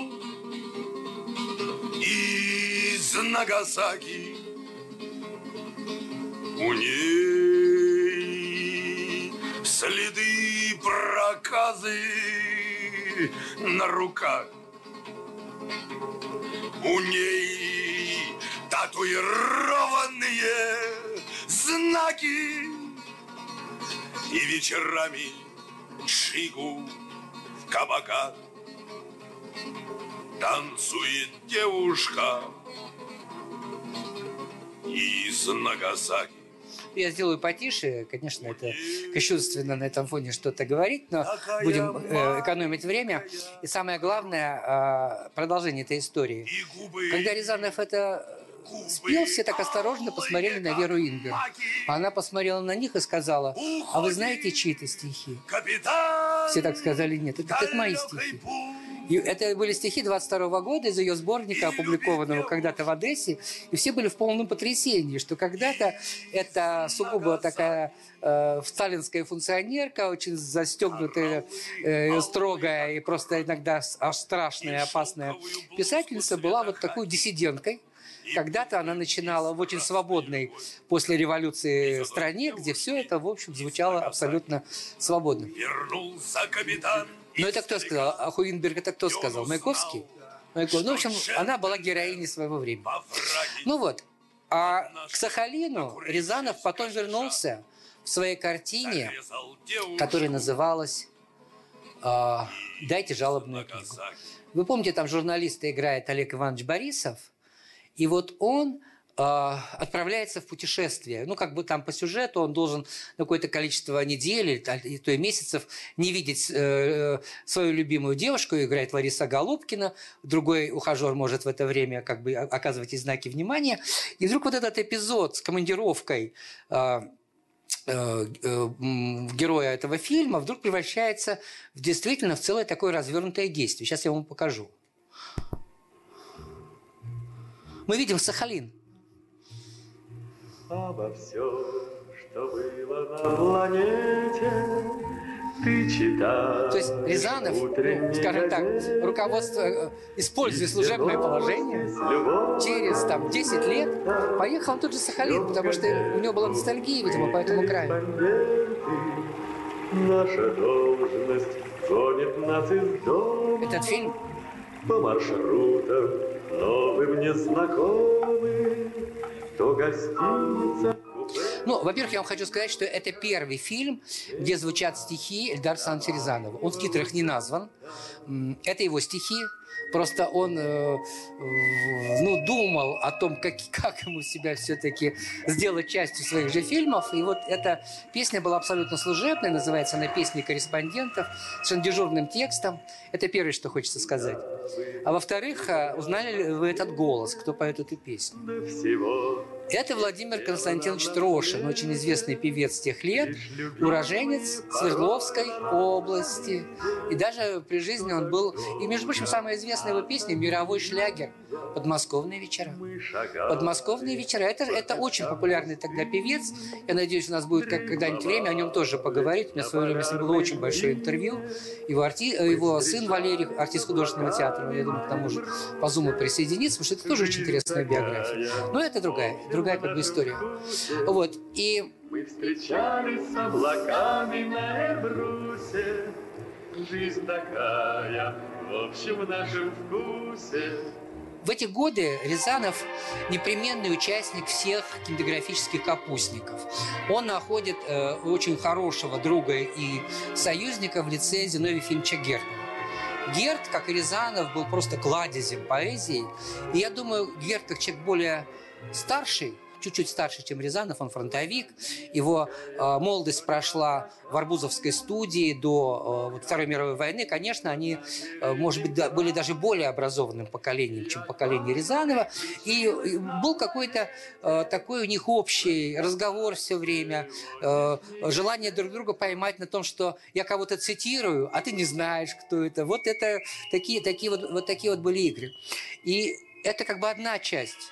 из Нагасаки. У ней следы проказы на руках. У ней татуированные знаки. И вечерами джигу в кабаках танцует девушка из Нагасаки. Я сделаю потише, конечно, это кощунственно на этом фоне что-то говорить, но будем экономить время. И самое главное, продолжение этой истории. Когда Рязанов это спел, все так осторожно посмотрели на Веру Инбер. Она посмотрела на них и сказала: а вы знаете чьи-то стихи? Все так сказали: нет, это мои стихи. И это были стихи 22 года из ее сборника, опубликованного когда-то в Одессе, и все были в полном потрясении, что когда-то это сугубо такая сталинская функционерка, очень застегнутая, строгая и просто иногда аж страшная, опасная писательница, была вот такой диссиденткой. Когда-то она начинала в очень свободной после революции стране, где все это, в общем, звучало абсолютно свободно. Вернулся капитан. Но это кто сказал? А Хуинберг это кто сказал? Маяковский? Ну, в общем, она была героиней своего времени. Ну вот. А к Сахалину Рязанов потом вернулся в своей картине, которая называлась «Дайте жалобную книгу». Вы помните, там журналиста играет Олег Иванович Борисов, и вот он отправляется в путешествие. Ну, как бы там по сюжету он должен на какое-то количество недель, то и месяцев не видеть свою любимую девушку, играет Лариса Голубкина, другой ухажер может в это время как бы оказывать ей знаки внимания. И вдруг вот этот эпизод с командировкой героя этого фильма вдруг превращается действительно в целое такое развернутое действие. Сейчас я вам покажу. Мы видим Сахалин. Обо всем, что было на планете, ты читал. То есть Рязанов, ну, скажем так, руководство, используя служебное положение, через там, 10 лет поехал на тот же Сахалин, потому что у него была ностальгия, видимо, по этому краю. Наша должность гонит нас из дома. Этот фильм по маршрутам новым незнакомым, то гостиница. Ну, во-первых, я вам хочу сказать, что это первый фильм, где звучат стихи Эльдара Александровича Рязанова. Он в титрах не назван. Это его стихи. Просто он думал о том, как ему себя все-таки сделать частью своих же фильмов. И вот эта песня была абсолютно служебная. Называется она «Песни корреспондентов» с совершенно дежурным текстом. Это первое, что хочется сказать. А во-вторых, узнали ли вы этот голос, кто поет эту песню? Это Владимир Константинович Трошин, очень известный певец тех лет, уроженец Свердловской области. И даже при жизни он был... И, между прочим, самая известная его песня – мировой шлягер «Подмосковные вечера». «Подмосковные вечера» – это очень популярный тогда певец. Я надеюсь, у нас будет когда-нибудь время о нем тоже поговорить. У меня в свое время с ним было очень большое интервью. Его сын Валерий, артист художественного театра, я думаю, к тому же по зуму присоединится, потому что это тоже очень интересная биография. Но это другая как бы история. Вот. И мы встречались с облаками на Эльбрусе. Жизнь такая, в общем, в нашем вкусе. в эти годы Рязанов непременный участник всех кинематографических капустников. Он находит очень хорошего друга и союзника в лице Зиновия Ефимовича Герда. Герд, как и Рязанов, был просто кладезем поэзии. И я думаю, Герд, как человек более старший, чуть-чуть старше, чем Рязанов, он фронтовик. Его молодость прошла в Арбузовской студии до Второй мировой войны. Конечно, они, может быть, были даже более образованным поколением, чем поколение Рязанова. И был какой-то такой у них общий разговор все время, желание друг друга поймать на том, что я кого-то цитирую, а ты не знаешь, кто это. Вот это такие вот были игры. И это как бы одна часть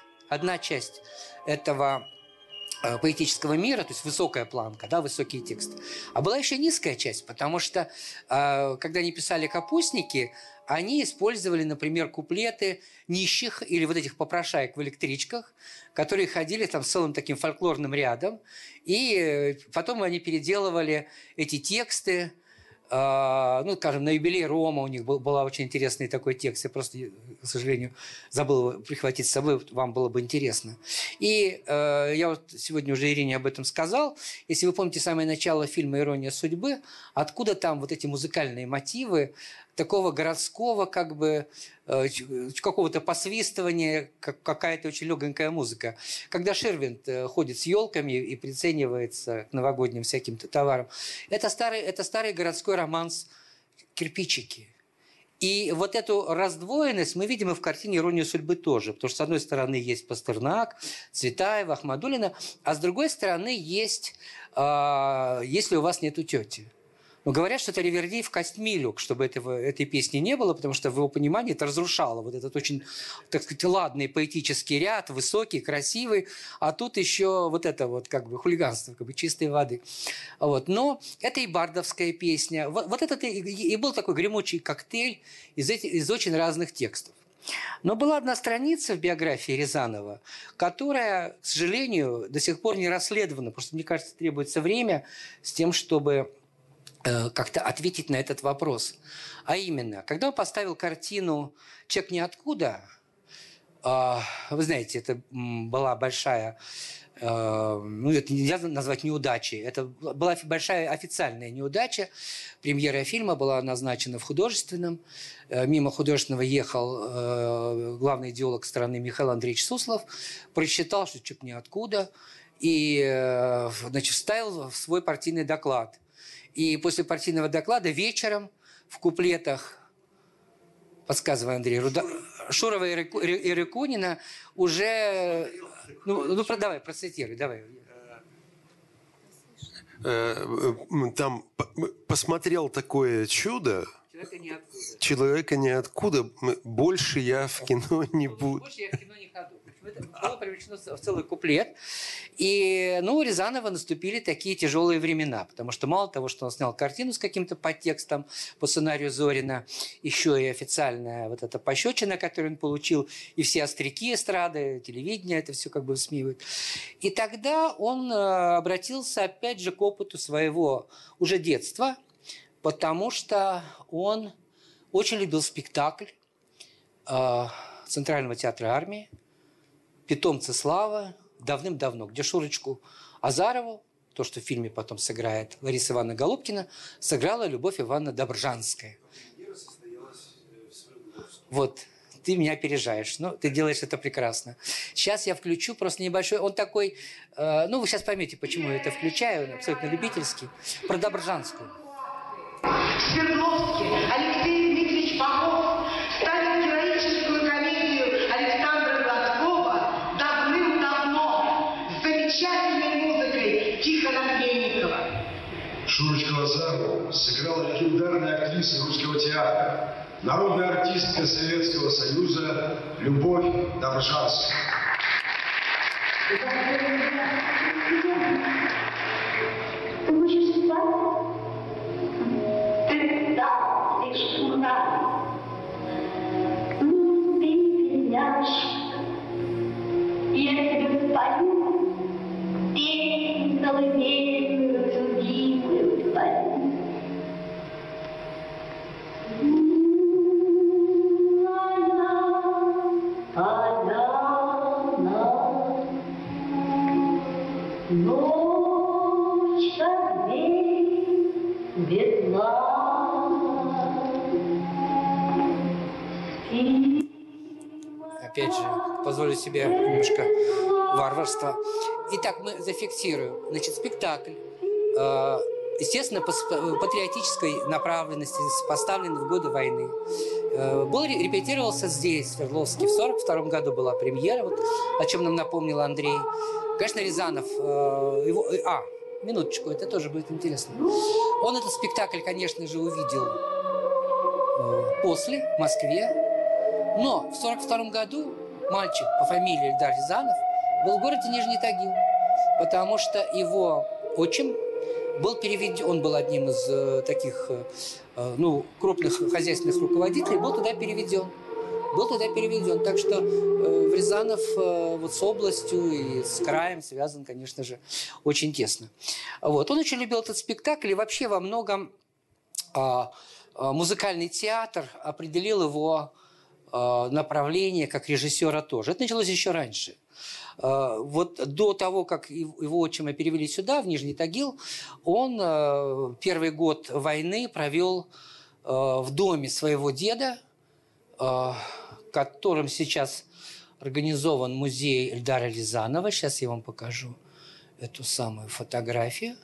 этого поэтического мира, то есть высокая планка, да, высокий текст. А была еще низкая часть, потому что, когда они писали «Капустники», они использовали, например, куплеты нищих или вот этих попрошаек в электричках, которые ходили там с целым таким фольклорным рядом, и потом они переделывали эти тексты. Ну, скажем, на юбилей Рома у них был очень интересный такой текст. Я просто, к сожалению, забыл его прихватить с собой, вам было бы интересно. И я вот сегодня уже Ирине об этом сказал. Если вы помните самое начало фильма «Ирония судьбы», откуда там вот эти музыкальные мотивы такого городского, как бы, какого-то посвистывания, какая-то очень легонькая музыка. Когда Ширвинд ходит с елками и приценивается к новогодним всяким товарам, это старый городской романс «Кирпичики». И вот эту раздвоенность мы видим и в картине «Ирония судьбы» тоже. Потому что, с одной стороны, есть Пастернак, Цветаева, Ахмадуллина, а с другой стороны, есть «Если у вас нету тети». Но говорят, что это Ривердей в Кастмилюк, чтобы этой песни не было, потому что в его понимании это разрушало вот этот очень, так сказать, ладный поэтический ряд, высокий, красивый, а тут еще вот это вот как бы хулиганство, как бы чистой воды. Вот. Но это и бардовская песня. Вот это и был такой гремучий коктейль из очень разных текстов. Но была одна страница в биографии Рязанова, которая, к сожалению, до сих пор не расследована. Просто, мне кажется, требуется время с тем, чтобы как-то ответить на этот вопрос. А именно, когда он поставил картину «Человек ниоткуда», вы знаете, это была большая ну, это нельзя назвать неудачей. Это была большая официальная неудача. Премьера фильма была назначена в художественном. Мимо художественного ехал главный идеолог страны Михаил Андреевич Суслов, прочитал, что чуть ниоткуда, и, значит, вставил в свой партийный доклад. И после партийного доклада вечером в куплетах, подсказывай, Андрей, Шурова и Рыкунина уже... давай, процитируй, давай. Там посмотрел такое чудо. Человека ниоткуда. Больше я в кино не буду. Больше я в кино не ходу. Это было превращено в целый куплет. И, у Рязанова наступили такие тяжелые времена, потому что мало того, что он снял картину с каким-то подтекстом по сценарию Зорина, еще и официальная вот эта пощечина, которую он получил, и все остряки эстрады, телевидение, это все как бы высмеивают. И тогда он обратился опять же к опыту своего уже детства, потому что он очень любил спектакль Центрального театра армии «Питомцы славы» давным-давно, где Шурочку Азарову, то, что в фильме потом сыграет Лариса Ивановна Голубкина, сыграла Любовь Ивановна Добржанская. Вот, ты меня опережаешь, но ты делаешь это прекрасно. Сейчас я включу просто небольшой, он такой, вы сейчас поймете, почему я это включаю, он абсолютно любительский, про Добржанскую. В Свердловске Алексей Дмитриевич Попов ставит героическую комедию Александра Гладкова давным-давно с замечательной музыкой Тихона Мельникова. Шурочку Азарову сыграла легендарная актриса русского театра, народная артистка Советского Союза Любовь Добржанская. Ты хочешь спать? Ты встал слишком рано. Ну, ты, бедняжка, я тебе спою песню колыбельную, любимую твою. Ночь, как день, бедна. Опять же, позволю себе немножко варварства. Итак, мы зафиксируем. Значит, спектакль, естественно, по патриотической направленности, поставлен в годы войны. Репетировался здесь, в Свердловске. В 1942 году была премьера, вот, о чем нам напомнил Андрей. Конечно, Рязанов... минуточку, это тоже будет интересно. Он этот спектакль, конечно же, увидел после, в Москве. Но в 1942 году мальчик по фамилии Эльдар Рязанов был в городе Нижний Тагил, потому что его отчим был переведен, он был одним из таких крупных хозяйственных руководителей, был туда переведен. Так что Рязанов вот с областью и с краем связан, конечно же, очень тесно. Вот. Он очень любил этот спектакль, и вообще во многом музыкальный театр определил его направление как режиссера тоже. Это началось еще раньше. Вот до того, как его отчима перевели сюда, в Нижний Тагил, он первый год войны провел в доме своего деда, которым сейчас организован музей Эльдара Рязанова. Сейчас я вам покажу эту самую фотографию.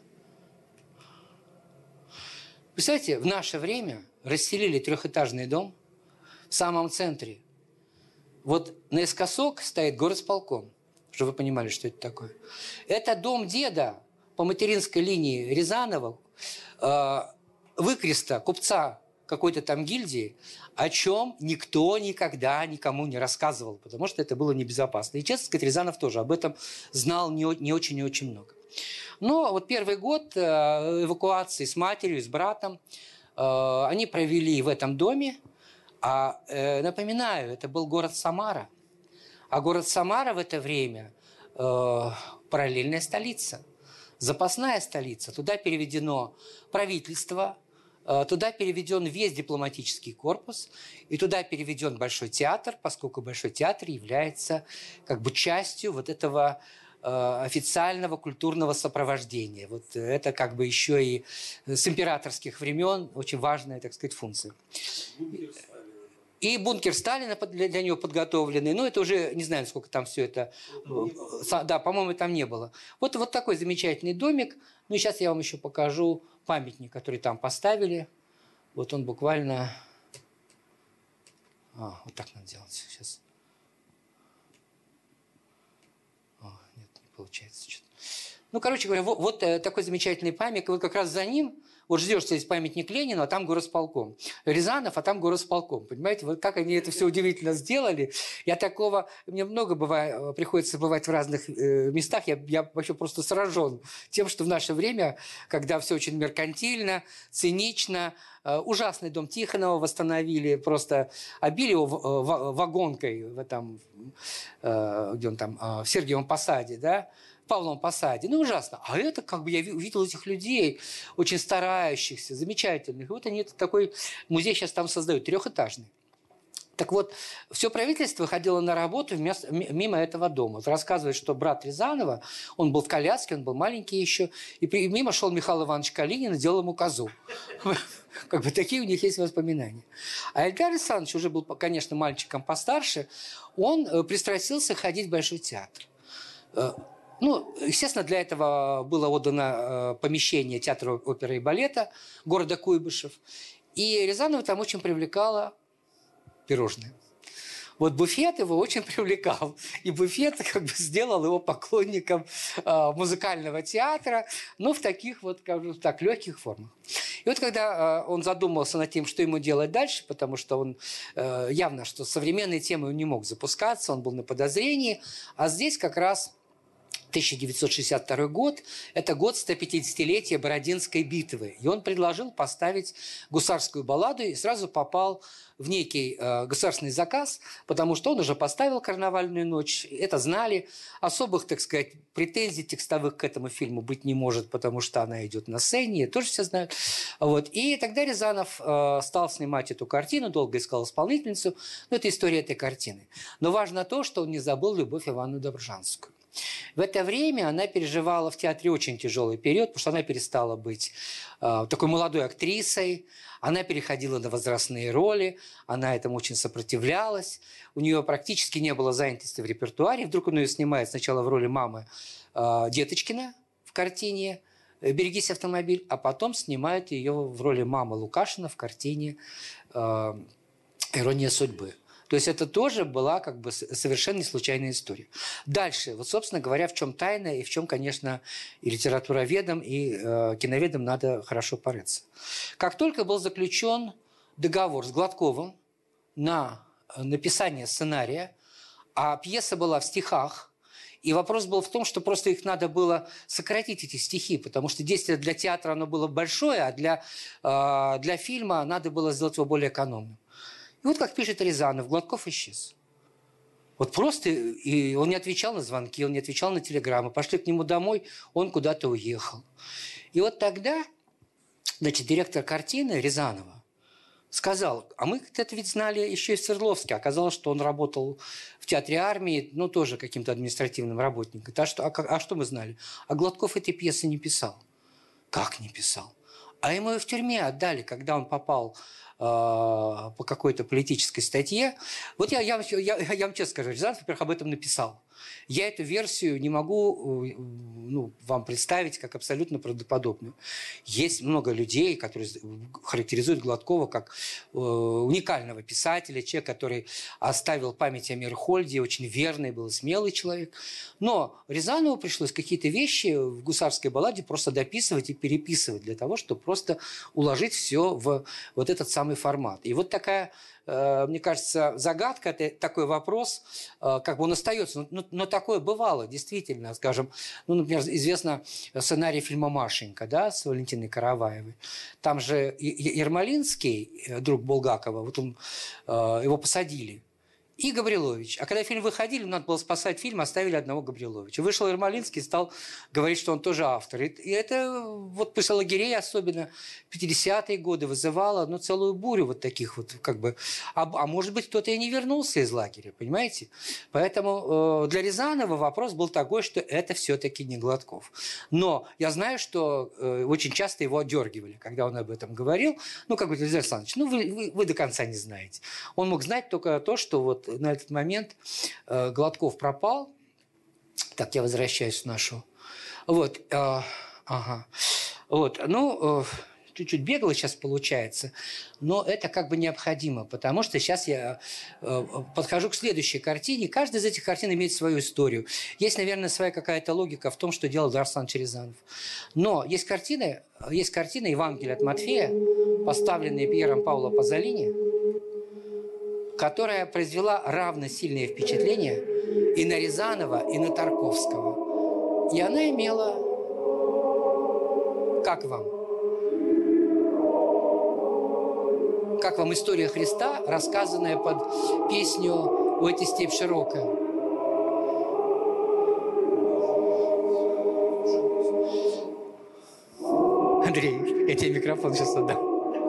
Представляете, в наше время расселили трехэтажный дом в самом центре. Вот наискосок стоит горосполком, чтобы вы понимали, что это такое. Это дом деда по материнской линии Рязанова, выкреста купца какой-то там гильдии, о чем никто никогда никому не рассказывал, потому что это было небезопасно. И, честно сказать, Рязанов тоже об этом знал не очень и очень много. Но вот первый год эвакуации с матерью, с братом они провели в этом доме. Напоминаю, это был город Самара. А город Самара в это время параллельная столица, запасная столица. Туда переведено правительство, туда переведен весь дипломатический корпус, и туда переведен Большой театр, поскольку Большой театр является как бы частью вот этого официального культурного сопровождения. Вот это как бы еще и с императорских времен очень важная, так сказать, функция. И бункер Сталина для него подготовленный. Но это уже, не знаю, сколько там все это... Да, по-моему, там не было. Вот такой замечательный домик. Ну и сейчас я вам еще покажу памятник, который там поставили. Вот он буквально... вот так надо делать сейчас. Нет, не получается что-то. Ну, короче говоря, вот такой замечательный памятник. Вот как раз за ним... Вот ждешь здесь памятник Ленину, а там горосполком. Рязанов, а там горосполком. Понимаете, вот как они это все удивительно сделали. Мне много приходится бывать в разных местах. Я вообще просто сражен тем, что в наше время, когда все очень меркантильно, цинично, ужасный дом Тихонова восстановили, просто обили его вагонкой в этом, где он там, в Сергиевом Посаде, да, в Павловом Посаде. Ну, ужасно. А это, как бы, я увидел этих людей, очень старающихся, замечательных. И вот они такой музей сейчас там создают, 3-этажный. Так вот, все правительство ходило на работу мимо этого дома. Вот рассказывает, что брат Рязанова, он был в коляске, он был маленький еще, и мимо шел Михаил Иванович Калинин и делал ему козу. Как бы такие у них есть воспоминания. А Эльдар Рязанович уже был, конечно, мальчиком постарше, он пристрастился ходить в Большой театр. Ну, естественно, для этого было отдано помещение театра оперы и балета города Куйбышев. И Рязанова там очень привлекало пирожные. Вот буфет его очень привлекал. И буфет как бы сделал его поклонником музыкального театра, но в таких вот, скажем так, легких формах. И вот когда он задумался над тем, что ему делать дальше, потому что он явно, что современные темы он не мог запускаться, он был на подозрении, а здесь как раз 1962 год – это год 150-летия Бородинской битвы. И он предложил поставить гусарскую балладу и сразу попал в некий государственный заказ, потому что он уже поставил «Карнавальную ночь». Это знали. Особых, так сказать, претензий текстовых к этому фильму быть не может, потому что она идет на сцене, тоже все знают. Вот. И тогда Рязанов стал снимать эту картину, долго искал исполнительницу. Но это история этой картины. Но важно то, что он не забыл Любовь Ивановну Добржанскую. В это время она переживала в театре очень тяжелый период, потому что она перестала быть такой молодой актрисой, она переходила на возрастные роли, она этому очень сопротивлялась, у нее практически не было занятости в репертуаре, вдруг он ее снимает сначала в роли мамы Деточкина в картине «Берегись, автомобиль», а потом снимает ее в роли мамы Лукашина в картине «Ирония судьбы». То есть это тоже была как бы совершенно не случайная история. Дальше, вот, собственно говоря, в чем тайна и в чем, конечно, и литературоведам, и киноведам надо хорошо порыться. Как только был заключен договор с Гладковым на написание сценария, а пьеса была в стихах, и вопрос был в том, что просто их надо было сократить, эти стихи, потому что действие для театра оно было большое, а для фильма надо было сделать его более экономным. И вот как пишет Рязанов, Гладков исчез. Вот просто, и он не отвечал на звонки, он не отвечал на телеграммы. Пошли к нему домой, он куда-то уехал. И вот тогда, значит, директор картины Рязанова сказал, а мы это ведь знали еще и в Свердловске. Оказалось, что он работал в театре армии, ну, тоже каким-то административным работником. А что мы знали? А Гладков этой пьесы не писал. Как не писал? А ему и в тюрьме отдали, когда он попал по какой-то политической статье. Вот я вам честно скажу, Рязанов, во-первых, об этом написал. Я эту версию не могу вам представить как абсолютно правдоподобную. Есть много людей, которые характеризуют Гладкова как уникального писателя, человек, который оставил память о Мирхольде, очень верный был, смелый человек. Но Рязанову пришлось какие-то вещи в «Гусарской балладе» просто дописывать и переписывать для того, чтобы просто уложить все в вот этот самый формат. И вот такая, мне кажется, загадка, такой вопрос, как бы он остается. Но такое бывало, действительно, скажем, например, известно сценарий фильма «Машенька», да, с Валентиной Караваевой. Там же Ермолинский, друг Булгакова, вот его посадили. и Габрилович. А когда фильм выходили, надо было спасать фильм, оставили одного Габриловича. Вышел Ермолинский и стал говорить, что он тоже автор. И это вот после лагерей, особенно в 50-е годы, вызывало целую бурю вот таких вот как бы... А может быть, кто-то и не вернулся из лагеря, понимаете? Поэтому для Рязанова вопрос был такой, что это все-таки не Гладков. Но я знаю, что очень часто его одергивали, когда он об этом говорил. Как бы, Александр Александрович, вы до конца не знаете. Он мог знать только то, что вот на этот момент Гладков пропал. Так, я возвращаюсь в нашу... Вот. Ага. Вот. Чуть-чуть бегло сейчас получается, но это как бы необходимо, потому что сейчас я подхожу к следующей картине. Каждая из этих картин имеет свою историю. Есть, наверное, своя какая-то логика в том, что делал Эдуард Александрович Рязанов. Но есть картина «Евангелие от Матфея», поставленная Пьером Пауло Пазолини, которая произвела равно сильное впечатление и на Рязанова, и на Тарковского. И она имела... Как вам? Как вам история Христа, рассказанная под песню «О, эти степь широкая»? Андрей, я тебе микрофон сейчас отдам.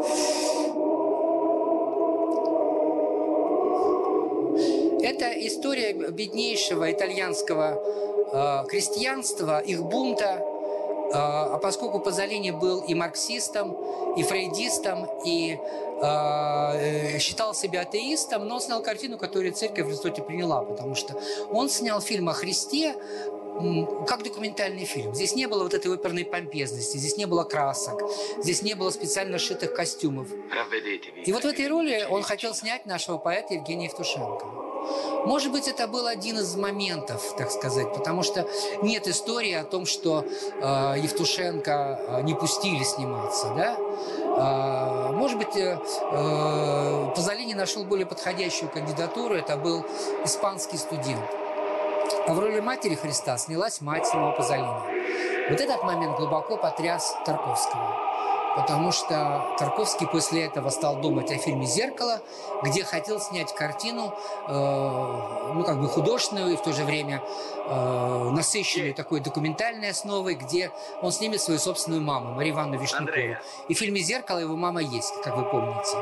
Это история беднейшего итальянского крестьянства, их бунта. А поскольку Пазолини был и марксистом, и фрейдистом, и считал себя атеистом, но он снял картину, которую церковь в результате приняла, потому что он снял фильм о Христе как документальный фильм. Здесь не было вот этой оперной помпезности, здесь не было красок, здесь не было специально сшитых костюмов. И вот в этой роли он хотел снять нашего поэта Евгения Евтушенко. Может быть, это был один из моментов, так сказать, потому что нет истории о том, что Евтушенко не пустили сниматься, да? Может быть, Пазолини нашел более подходящую кандидатуру, это был испанский студент. А в роли матери Христа снялась мать самого Пазолини. Вот этот момент глубоко потряс Тарковского. Потому что Тарковский после этого стал думать о фильме «Зеркало», где хотел снять картину, как бы художественную и в то же время насыщенную такой документальной основой, где он снимет свою собственную маму, Марию Ивановну Вишнякову. И в фильме «Зеркало» его мама есть, как вы помните.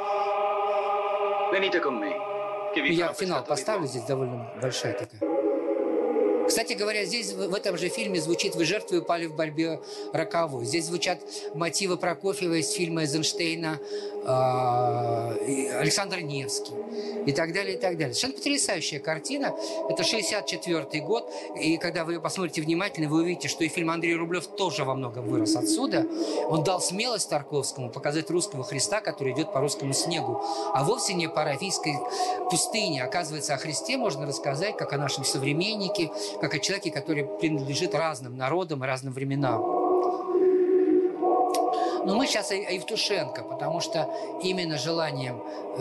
Я финал поставлю, здесь довольно большая такая. Кстати говоря, здесь в этом же фильме звучит «Вы жертвы упали в борьбе роковой». Здесь звучат мотивы Прокофьева из фильма Эйзенштейна, Александр Невский и так далее, и так далее. Совершенно потрясающая картина. Это 1964 год. И когда вы ее посмотрите внимательно, вы увидите, что и фильм Андрей Рублев тоже во многом вырос отсюда. Он дал смелость Тарковскому показать русского Христа, который идет по русскому снегу, а вовсе не по аравийской пустыне. Оказывается, о Христе можно рассказать как о нашем современнике, как о человеке, который принадлежит разным народам и разным временам. Но мы сейчас о Евтушенко, потому что именно желанием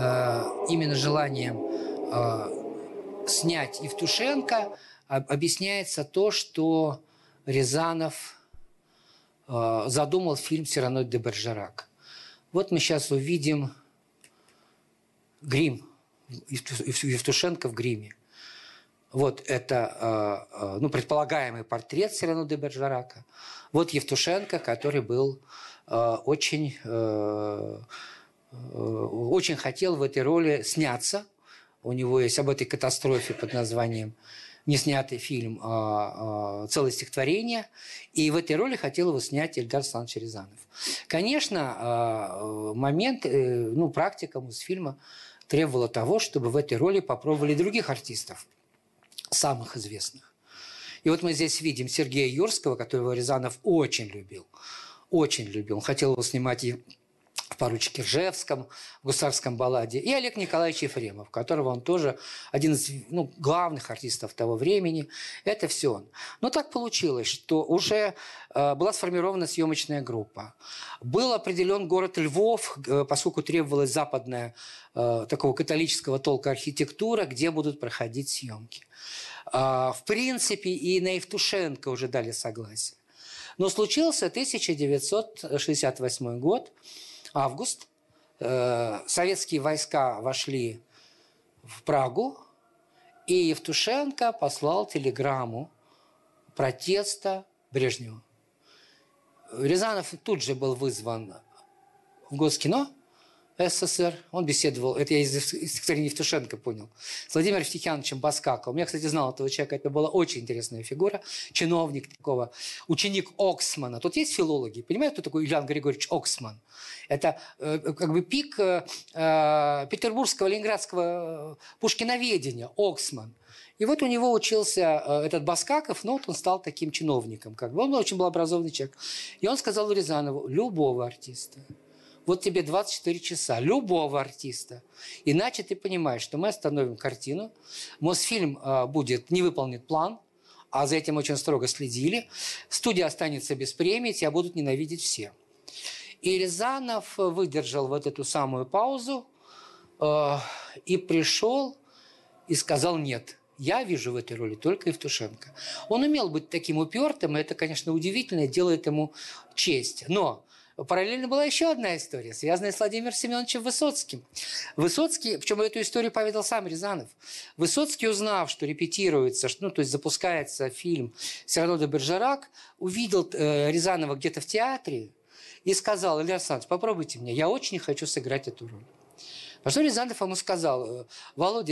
снять Евтушенко объясняется то, что Рязанов задумал фильм «Сирано де Бержерак». Вот мы сейчас увидим грим, Евтушенко в гриме. Вот это предполагаемый портрет Сирано де Бержерака. Вот Евтушенко, который был очень хотел в этой роли сняться. У него есть об этой катастрофе под названием неснятый фильм «Целое стихотворение». И в этой роли хотел его снять Эльдар Александрович Рязанов. Конечно, практика Мосфильма требовала того, чтобы в этой роли попробовали других артистов, самых известных. И вот мы здесь видим Сергея Юрского, которого Рязанов очень любил. Очень любил. Он хотел его снимать и в «Поручике Ржевском», в «Гусарском балладе». И Олег Николаевич Ефремов, которого он тоже один из главных артистов того времени. Это все он. Но так получилось, что уже была сформирована съемочная группа. Был определен город Львов, поскольку требовалась западная такого католического толка архитектура, где будут проходить съемки. В принципе, и на Евтушенко уже дали согласие. Но случился 1968 год, август. Советские войска вошли в Прагу, и Евтушенко послал телеграмму протеста Брежневу. Рязанов тут же был вызван в Госкино СССР. Он беседовал, это я из стихотворения Евтушенко понял, с Владимиром Евтихановичем Баскаковым. Я, кстати, знал этого человека, это была очень интересная фигура, чиновник такого, ученик Оксмана. Тут есть филологи, понимаете, кто такой Ильян Григорьевич Оксман? Это как бы пик петербургского, ленинградского пушкиноведения, Оксман. И вот у него учился этот Баскаков, но вот он стал таким чиновником. Как бы. Он очень был образованный человек. И он сказал Рязанову: любого артиста, вот тебе 24 часа, любого артиста. Иначе ты понимаешь, что мы остановим картину, Мосфильм не выполнит план, а за этим очень строго следили, студия останется без премии, тебя будут ненавидеть все. И Рязанов выдержал вот эту самую паузу и пришел и сказал: нет. Я вижу в этой роли только Евтушенко. Он умел быть таким упертым, и это, конечно, удивительно, и делает ему честь. Но параллельно была еще одна история, связанная с Владимиром Семеновичем Высоцким. Высоцкий, причем эту историю поведал сам Рязанов. Высоцкий, узнав, что репетируется, то есть запускается фильм «Сирано де Бержерак», увидел Рязанова где-то в театре и сказал: Илья Александрович, попробуйте меня, я очень хочу сыграть эту роль. А что Рязанов ему сказал: Володя,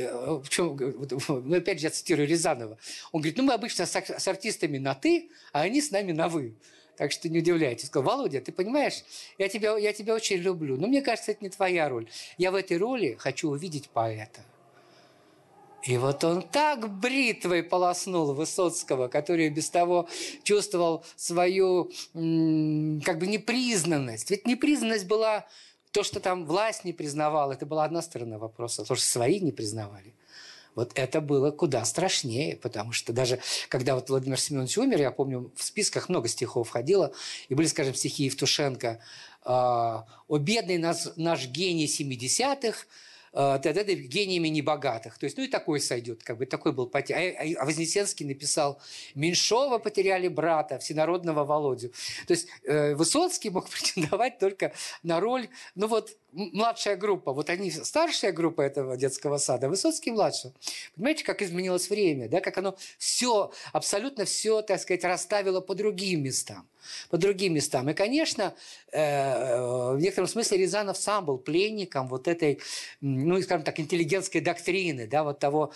опять же я цитирую Рязанова, он говорит: мы обычно с артистами на «ты», а они с нами на «вы». Так что не удивляйтесь. Сказал: Володя, ты понимаешь, я тебя очень люблю, но мне кажется, это не твоя роль. Я в этой роли хочу увидеть поэта. И вот он так бритвой полоснул Высоцкого, который без того чувствовал свою как бы непризнанность. Ведь непризнанность была... То, что там власть не признавала, это была одна сторона вопроса. То, что свои не признавали. Вот это было куда страшнее, потому что даже когда вот Владимир Семенович умер, я помню, в списках много стихов ходило, и были, скажем, стихи Евтушенко: «О бедный наш гений 70-х, тогда гениями небогатых». То есть, и такой сойдет, как бы такой был потерян. А Вознесенский написал: «Меньшова потеряли брата, всенародного Володю». То есть Высоцкий мог претендовать только на роль, младшая группа. Вот они старшая группа этого детского сада, Высоцкий младший. Понимаете, как изменилось время, да? Как оно все, абсолютно все, так сказать, расставило по другим местам. По другим местам. И, конечно, в некотором смысле Рязанов сам был пленником вот этой, скажем так, интеллигентской доктрины, да, вот того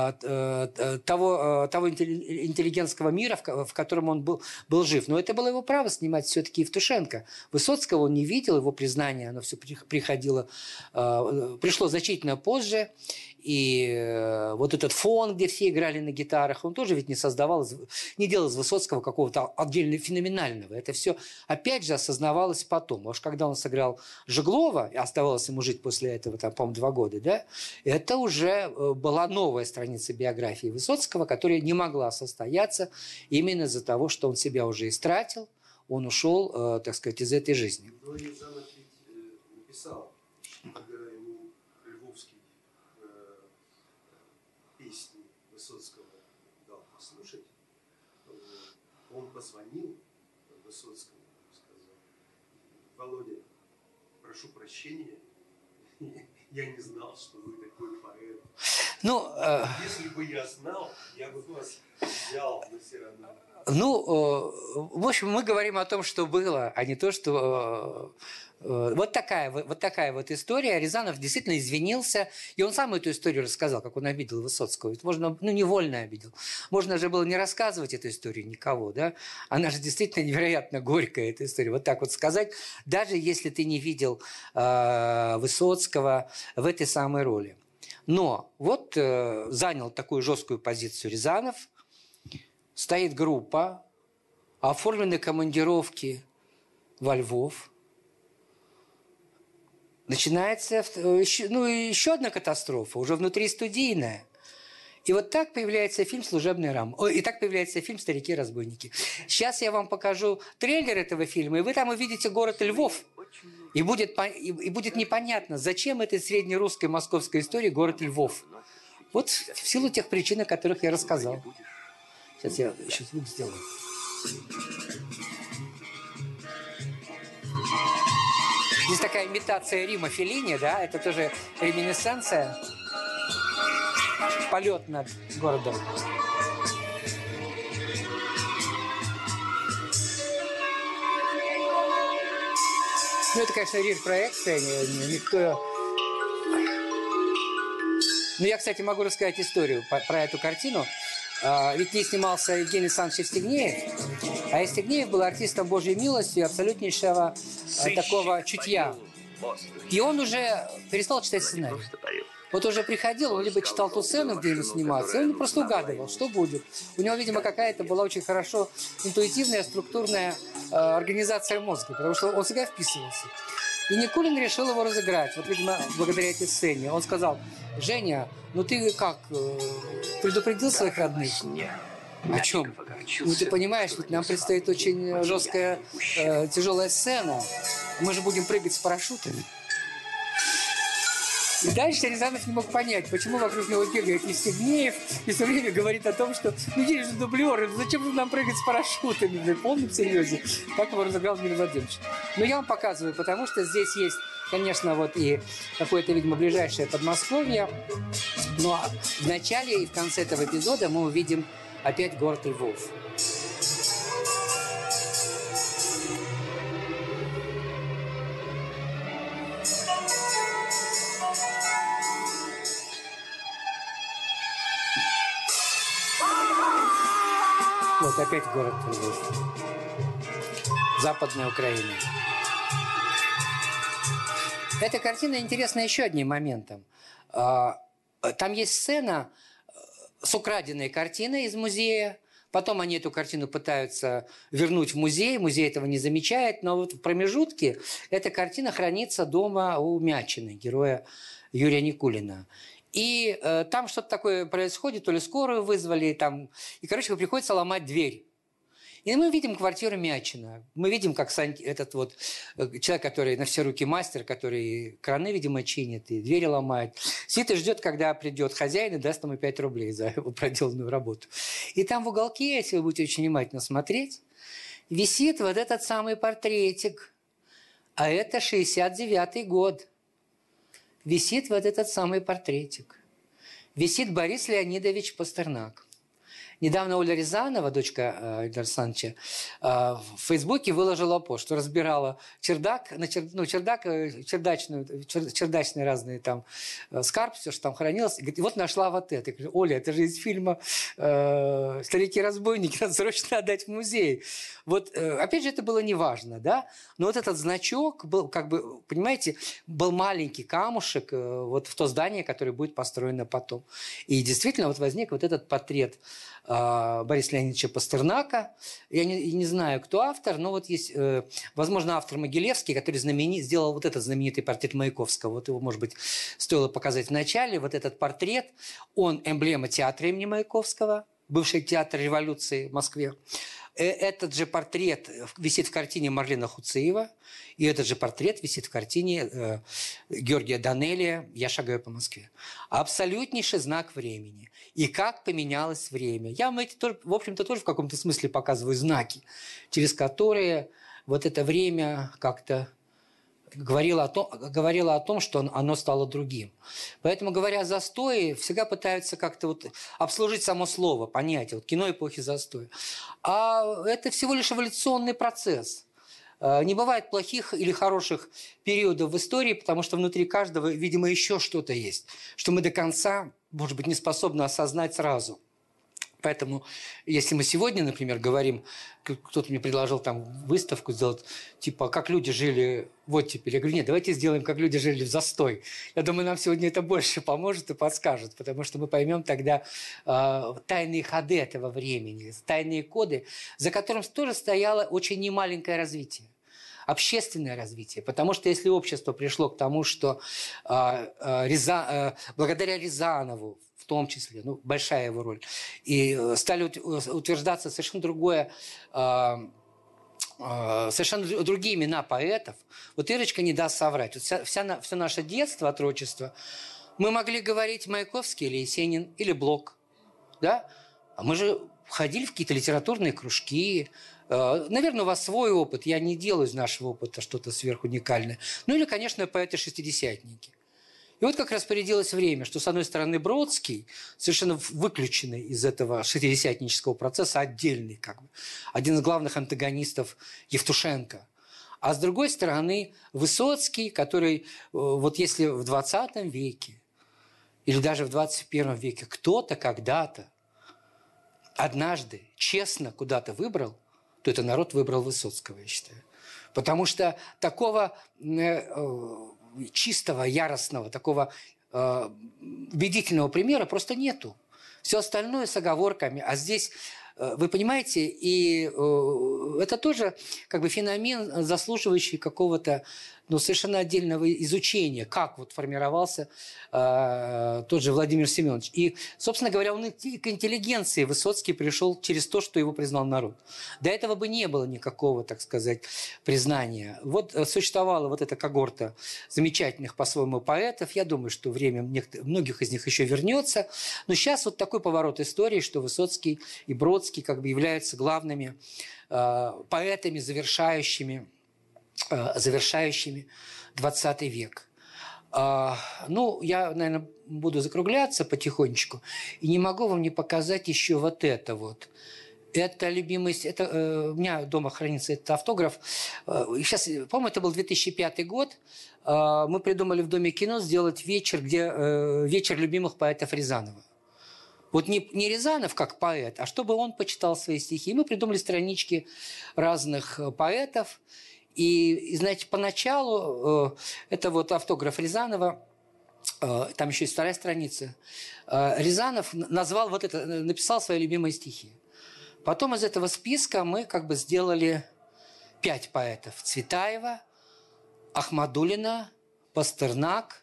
интеллигентского мира, в котором он был жив. Но это было его право снимать все-таки Евтушенко. Высоцкого он не видел, его признание, оно все пришло значительно позже. И вот этот фон, где все играли на гитарах, он тоже ведь не делал из Высоцкого какого-то отдельно феноменального. Это все, опять же, осознавалось потом. А уж когда он сыграл Жеглова, и оставалось ему жить после этого, по-моему, 2 года, да, это уже была новая страница биографии Высоцкого, которая не могла состояться именно из-за того, что он себя уже истратил, он ушел, так сказать, из этой жизни. Но Рязанов написал, когда ему Львовский песни Высоцкого дал послушать, он позвонил Высоцкому и сказал: Володя, прошу прощения, я не знал, что вы такой поэт. Если бы я знал, я бы вас взял на Сирано. В общем, мы говорим о том, что было, а не то, что... Вот такая вот история. Рязанов действительно извинился, и он сам эту историю рассказал, как он обидел Высоцкого. Ведь можно, невольно обидел. Можно же было не рассказывать эту историю никого, да? Она же действительно невероятно горькая, эта история. Вот так вот сказать, даже если ты не видел Высоцкого в этой самой роли. Но вот занял такую жесткую позицию Рязанов, стоит группа, оформлены командировки во Львов. Начинается еще одна катастрофа, уже внутристудийная. И вот так появляется фильм «Служебный роман». И так появляется фильм «Старики-разбойники». Сейчас я вам покажу трейлер этого фильма, и вы там увидите город Львов. И будет непонятно, зачем этой среднерусской московской истории город Львов. Вот в силу тех причин, о которых я рассказал. Сейчас я еще звук сделаю. Здесь такая имитация Рима Феллини, да, это тоже реминисценция. полет над городом. Ну, это, конечно, рир-проекция, никто... Ну, я, кстати, могу рассказать историю про эту картину. Ведь в ней снимался Евгений Александрович Евстигнеев, а Евстигнеев был артистом Божьей милостью, абсолютнейшего такого чутья. И он уже перестал читать сценарий. Вот уже приходил, он либо читал ту сцену, где ему сниматься, и он просто угадывал, что будет. У него, видимо, какая-то была очень хорошо интуитивная, структурная организация мозга, потому что он всегда вписывался. И Никулин решил его разыграть, вот, видимо, благодаря этой сцене. Он сказал: Женя, ну ты как, предупредил своих родных? О чем? Ну ты понимаешь, ведь нам предстоит очень жесткая, тяжелая сцена. Мы же будем прыгать с парашютами. И дальше Рязанов не мог понять, почему вокруг него бегает Евстигнеев и все время говорит о том, что ну есть же дублеры, зачем же нам прыгать с парашютами, в полном серьезе. Так его разыграл Дмитрий Владимирович. Но я вам показываю, потому что здесь есть, конечно, вот и какое-то, видимо, ближайшее Подмосковье. Но в начале и в конце этого эпизода мы увидим опять город Львов. Вот опять город Львов. Западная Украина. Эта картина интересна еще одним моментом. Там есть сцена с украденной картиной из музея. Потом они эту картину пытаются вернуть в музей. Музей этого не замечает. Но вот в промежутке эта картина хранится дома у Мячины, героя Юрия Никулина. И там что-то такое происходит, то ли скорую вызвали, там, и, короче, приходится ломать дверь. И мы видим квартиру Мячина. Мы видим, как этот вот человек, который на все руки мастер, который краны, видимо, чинит и двери ломает, сидит и ждет, когда придет хозяин и даст ему 5 рублей за его проделанную работу. И там в уголке, если вы будете очень внимательно смотреть, висит вот этот самый портретик. А это 69-й год. Висит вот этот самый портретик. Висит Борис Леонидович Пастернак. Недавно Оля Рязанова, дочка Ильдара Александровича, в Фейсбуке выложила пост, что разбирала чердак, чердачные разные там скарб, все, что там хранилось. И говорит, и вот нашла вот это. Я говорю, Оля, это же из фильма «Старики-разбойники», надо срочно отдать в музей. Вот, опять же, это было неважно, да? Но вот этот значок был, как бы, понимаете, был маленький камушек вот в то здание, которое будет построено потом. И действительно вот возник вот этот портрет Бориса Леонидовича Пастернака. Я не знаю, кто автор, но вот есть, возможно, автор Могилевский, который сделал вот этот знаменитый портрет Маяковского. Вот его, может быть, стоило показать в начале. Вот этот портрет, он эмблема театра имени Маяковского, бывший театр революции в Москве. Этот же портрет висит в картине Марлена Хуцеева, и этот же портрет висит в картине Георгия Данелия «Я шагаю по Москве». Абсолютнейший знак времени. И как поменялось время. Я вам эти, в общем-то, тоже в каком-то смысле показываю знаки, через которые вот это время как-то говорила о том, что оно стало другим. Поэтому, говоря о застое, всегда пытаются как-то вот обслужить само слово, понятие, вот кино эпохи застоя. А это всего лишь эволюционный процесс. Не бывает плохих или хороших периодов в истории, потому что внутри каждого, видимо, еще что-то есть, что мы до конца, может быть, не способны осознать сразу. Поэтому, если мы сегодня, например, говорим, кто-то мне предложил там выставку сделать, типа, как люди жили в оттепели. Я говорю, нет, давайте сделаем, как люди жили в застой. Я думаю, нам сегодня это больше поможет и подскажет, потому что мы поймем тогда тайные ходы этого времени, тайные коды, за которым тоже стояло очень немаленькое развитие. Общественное развитие. Потому что если общество пришло к тому, что благодаря Рязанову, в том числе, ну, большая его роль, и стали утверждаться совершенно другие имена поэтов. Вот Ирочка не даст соврать. Вот все наше детство, отрочество, мы могли говорить Маяковский или Есенин, или Блок. Да? А мы же ходили в какие-то литературные кружки. Наверное, у вас свой опыт. Я не делаю из нашего опыта что-то сверхуникальное. Ну или, конечно, поэты-шестидесятники. И вот как распорядилось время, что, с одной стороны, Бродский, совершенно выключенный из этого шестидесятнического процесса, отдельный, как бы, один из главных антагонистов Евтушенко. А с другой стороны, Высоцкий, который, вот если в 20 веке или даже в 21 веке кто-то когда-то однажды честно куда-то выбрал, то это народ выбрал Высоцкого, я считаю. Потому что такого чистого, яростного, такого убедительного примера просто нету. Все остальное с оговорками. А здесь, вы понимаете, и это тоже как бы феномен, заслуживающий какого-то совершенно отдельного изучения, как вот формировался тот же Владимир Семенович. И, собственно говоря, он и к интеллигенции Высоцкий пришел через то, что его признал народ. До этого бы не было никакого, так сказать, признания. Вот существовала вот эта когорта замечательных по-своему поэтов. Я думаю, что время многих из них еще вернется. Но сейчас вот такой поворот истории, что Высоцкий и Бродский как бы являются главными поэтами, завершающими 20 век. Ну, я, наверное, буду закругляться потихонечку. И не могу вам не показать еще вот это вот. Это любимость... у меня дома хранится этот автограф. Сейчас, по-моему, это был 2005 год. Мы придумали в Доме кино сделать вечер, вечер любимых поэтов Рязанова. Вот не Рязанов как поэт, а чтобы он почитал свои стихи. Мы придумали странички разных поэтов. И, знаете, поначалу это вот автограф Рязанова, там еще есть вторая страница. Рязанов написал свои любимые стихи. Потом из этого списка мы как бы сделали 5 поэтов. Цветаева, Ахмадуллина, Пастернак,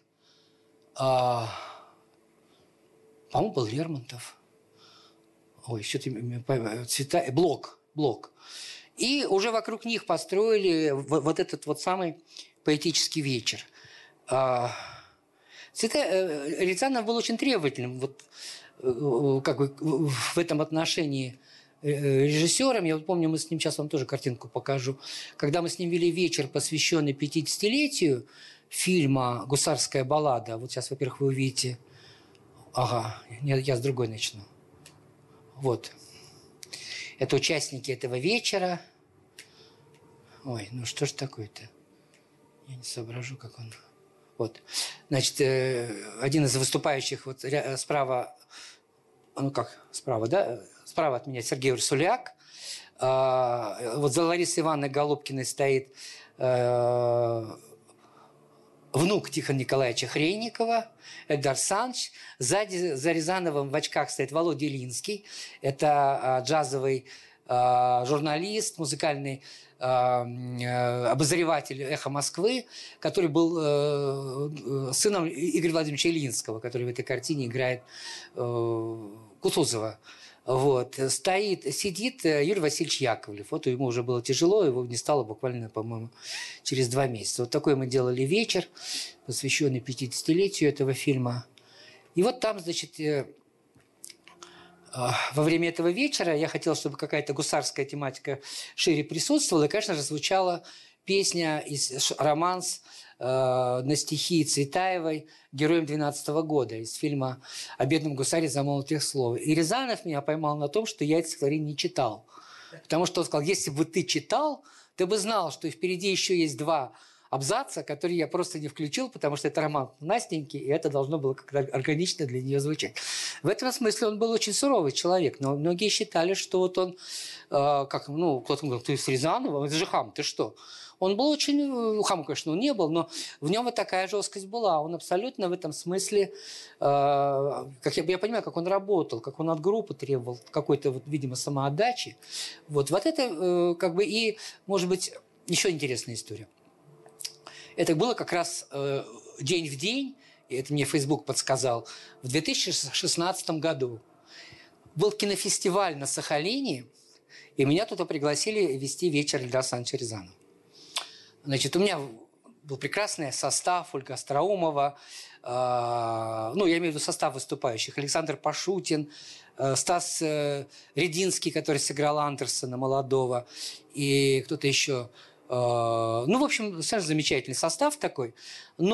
по-моему, был Лермонтов. Ой, что-то... Блок. И уже вокруг них построили вот этот вот самый поэтический вечер. Рязанов был очень требовательным вот, как бы, в этом отношении режиссером. Я вот помню, мы с ним, сейчас вам тоже картинку покажу, когда мы с ним вели вечер, посвященный 50-летию фильма «Гусарская баллада». Вот сейчас, во-первых, вы увидите... Ага, я с другой начну. Вот. Это участники этого вечера. Ой, ну что ж такое-то? Я не соображу, как он... Вот. Значит, один из выступающих вот справа... Ну как, справа, да? Справа от меня Сергей Урсуляк. Вот за Ларисой Ивановной Голубкиной стоит внук Тихона Николаевича Хрейникова, Эдгар Санч. Сзади за Рязановым в очках стоит Володя Ильинский. Это джазовый журналист, музыкальный обозреватель «Эхо Москвы», который был сыном Игоря Владимировича Ильинского, который в этой картине играет Кутузова. Вот. Сидит Юрий Васильевич Яковлев. Вот ему уже было тяжело, его не стало буквально, по-моему, через 2 месяца. Вот такой мы делали вечер, посвященный 50-летию этого фильма. И вот там, значит, во время этого вечера я хотел, чтобы какая-то гусарская тематика шире присутствовала. И, конечно же, звучала песня, романс на стихи Цветаевой «Героем 12-го года» из фильма «О бедном гусаре замолвных слов». И Рязанов меня поймал на том, что я это стихотворение не читал. Потому что он сказал, если бы ты читал, ты бы знал, что впереди еще есть 2 абзаца, которые я просто не включил, потому что это роман Настеньки, и это должно было как-то органично для нее звучать. В этом смысле он был очень суровый человек, но многие считали, что вот он, кто-то говорил, ты с Рязанова, это же хам, ты что? Он был очень, хам, конечно, он не был, но в нем вот такая жесткость была. Он абсолютно в этом смысле, как я понимаю, как он работал, как он от группы требовал какой-то, вот, видимо, самоотдачи. Вот это как бы и, может быть, еще интересная история. Это было как раз день в день, и это мне Facebook подсказал, в 2016 году. Был кинофестиваль на Сахалине, и меня туда пригласили вести вечер Эльдара Александровича Рязанова. Значит, у меня был прекрасный состав: Ольга Остроумова, я имею в виду состав выступающих, Александр Пашутин, Стас Рединский, который сыграл Андерсона молодого, и кто-то еще. В общем, совершенно замечательный состав такой. Но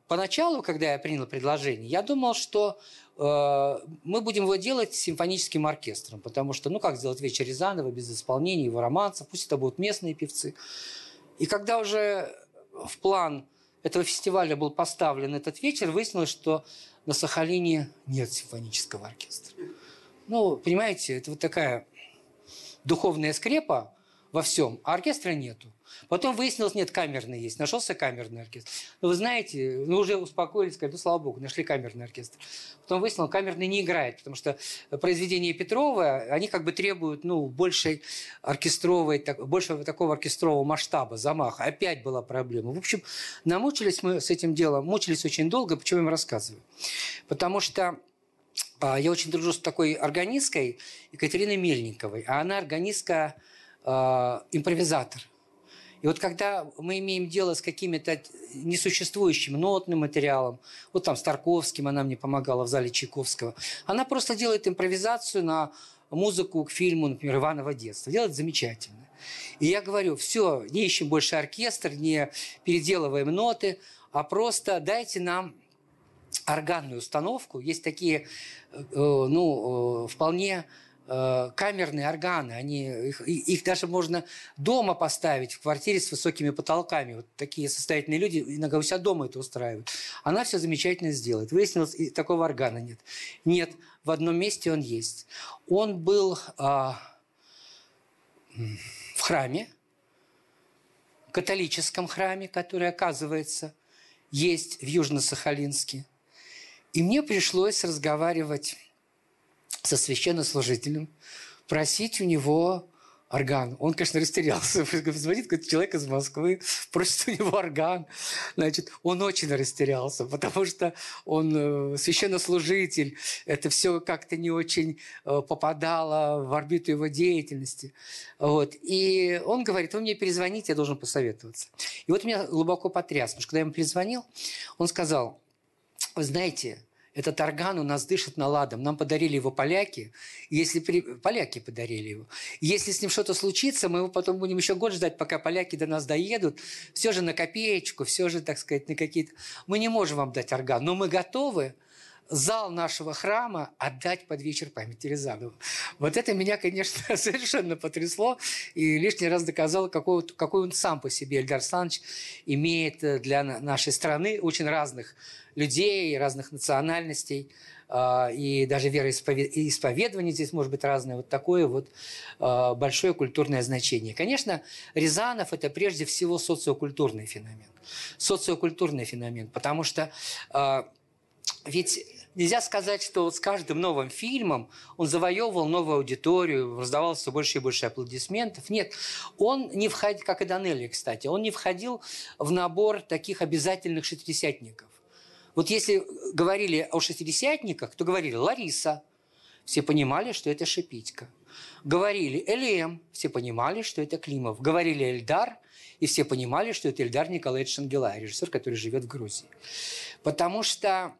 поначалу, когда я принял предложение, я думал, что мы будем его делать с симфоническим оркестром, потому что, ну, как сделать вечер Рязанова без исполнения его романсов, пусть это будут местные певцы. И когда уже в план этого фестиваля был поставлен этот вечер, выяснилось, что на Сахалине нет симфонического оркестра. Ну, понимаете, это вот такая духовная скрепа во всем, а оркестра нету. Потом выяснилось, нет, камерный есть. Нашелся камерный оркестр. Но вы знаете, мы уже успокоились, сказали, ну, слава богу, нашли камерный оркестр. Потом выяснилось, камерный не играет, потому что произведения Петрова, они как бы требуют, ну, большего такого оркестрового масштаба, замаха. Опять была проблема. В общем, намучились мы с этим делом, мучились очень долго. Почему я им рассказываю? Потому что я очень дружу с такой органисткой Екатериной Мельниковой, а она органистка-импровизатор. И вот когда мы имеем дело с каким-то несуществующим нотным материалом, вот там с Тарковским она мне помогала в зале Чайковского, она просто делает импровизацию на музыку к фильму, например, «Иваново детство». Делает замечательно. И я говорю, все, не ищем больше оркестр, не переделываем ноты, а просто дайте нам органную установку. Есть такие, вполне камерные органы, их даже можно дома поставить в квартире с высокими потолками. Вот такие состоятельные люди иногда у себя дома это устраивают. Она все замечательно сделает. Выяснилось, и такого органа нет. Нет, в одном месте он есть. Он был в храме, католическом храме, который, оказывается, есть в Южно-Сахалинске. И мне пришлось разговаривать со священнослужителем, просить у него орган. Он, конечно, растерялся. Звонит какой-то человек из Москвы, просит у него орган. Значит, он очень растерялся, потому что он священнослужитель. Это все как-то не очень попадало в орбиту его деятельности. Вот. И он говорит, вы мне перезвоните, я должен посоветоваться. И вот меня глубоко потряс, потому что когда я ему перезвонил, он сказал, вы знаете, этот орган у нас дышит наладом. Нам подарили его поляки. Поляки подарили его. Если с ним что-то случится, мы его потом будем еще год ждать, пока поляки до нас доедут. Все же на копеечку, все же, так сказать, на какие-то... Мы не можем вам дать орган, но мы готовы зал нашего храма отдать под вечер памяти Рязанова. Вот это меня, конечно, совершенно потрясло и лишний раз доказало, какой он сам по себе, Эльдар Александрович, имеет для нашей страны очень разных людей, разных национальностей, и даже вероисповедование здесь может быть разное. Вот такое вот большое культурное значение. Конечно, Рязанов – это прежде всего социокультурный феномен. Социокультурный феномен, потому что ведь нельзя сказать, что вот с каждым новым фильмом он завоевывал новую аудиторию, раздавал все больше и больше аплодисментов. Нет, он не входил, как и Данелия, кстати, он не входил в набор таких обязательных шестидесятников. Вот если говорили о шестидесятниках, то говорили Лариса, все понимали, что это Шипитько. Говорили Элем, все понимали, что это Климов. Говорили Эльдар, и все понимали, что это Эльдар Николаевич Шангелай, режиссер, который живет в Грузии. Потому что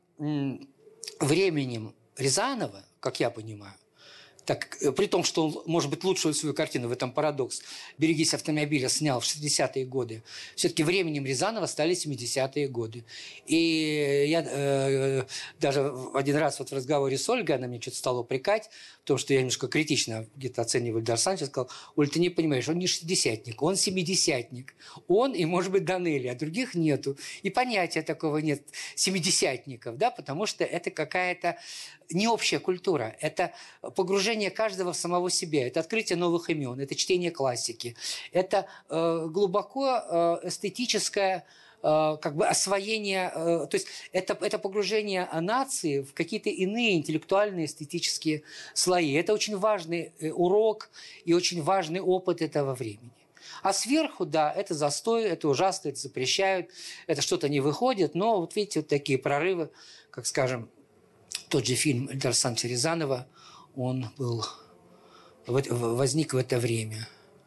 временем Рязанова, как я понимаю, так, при том, что он, может быть, лучшую свою картину, в этом парадокс, «Берегись автомобиля» снял в 60-е годы, все-таки временем Рязанова стали 70-е годы. И я даже один раз вот в разговоре с Ольгой, она мне что-то стала упрекать в том, что я немножко критично где-то оцениваю Эльдар Александровича, сказал, Оль, ты не понимаешь, он не шестидесятник, он семидесятник. Он и, может быть, Данелия, а других нету. И понятия такого нет семидесятников, да, потому что это какая-то не общая культура, это погружение каждого в самого себя, это открытие новых имен, это чтение классики, это глубоко эстетическое как бы освоение, то есть это погружение нации в какие-то иные интеллектуальные эстетические слои. Это очень важный урок и очень важный опыт этого времени. А сверху, да, это застой, это ужасно, это запрещают, это что-то не выходит, но вот видите, вот такие прорывы, как, скажем, тот же фильм Эльдара Александровича Рязанова, он возник в это время.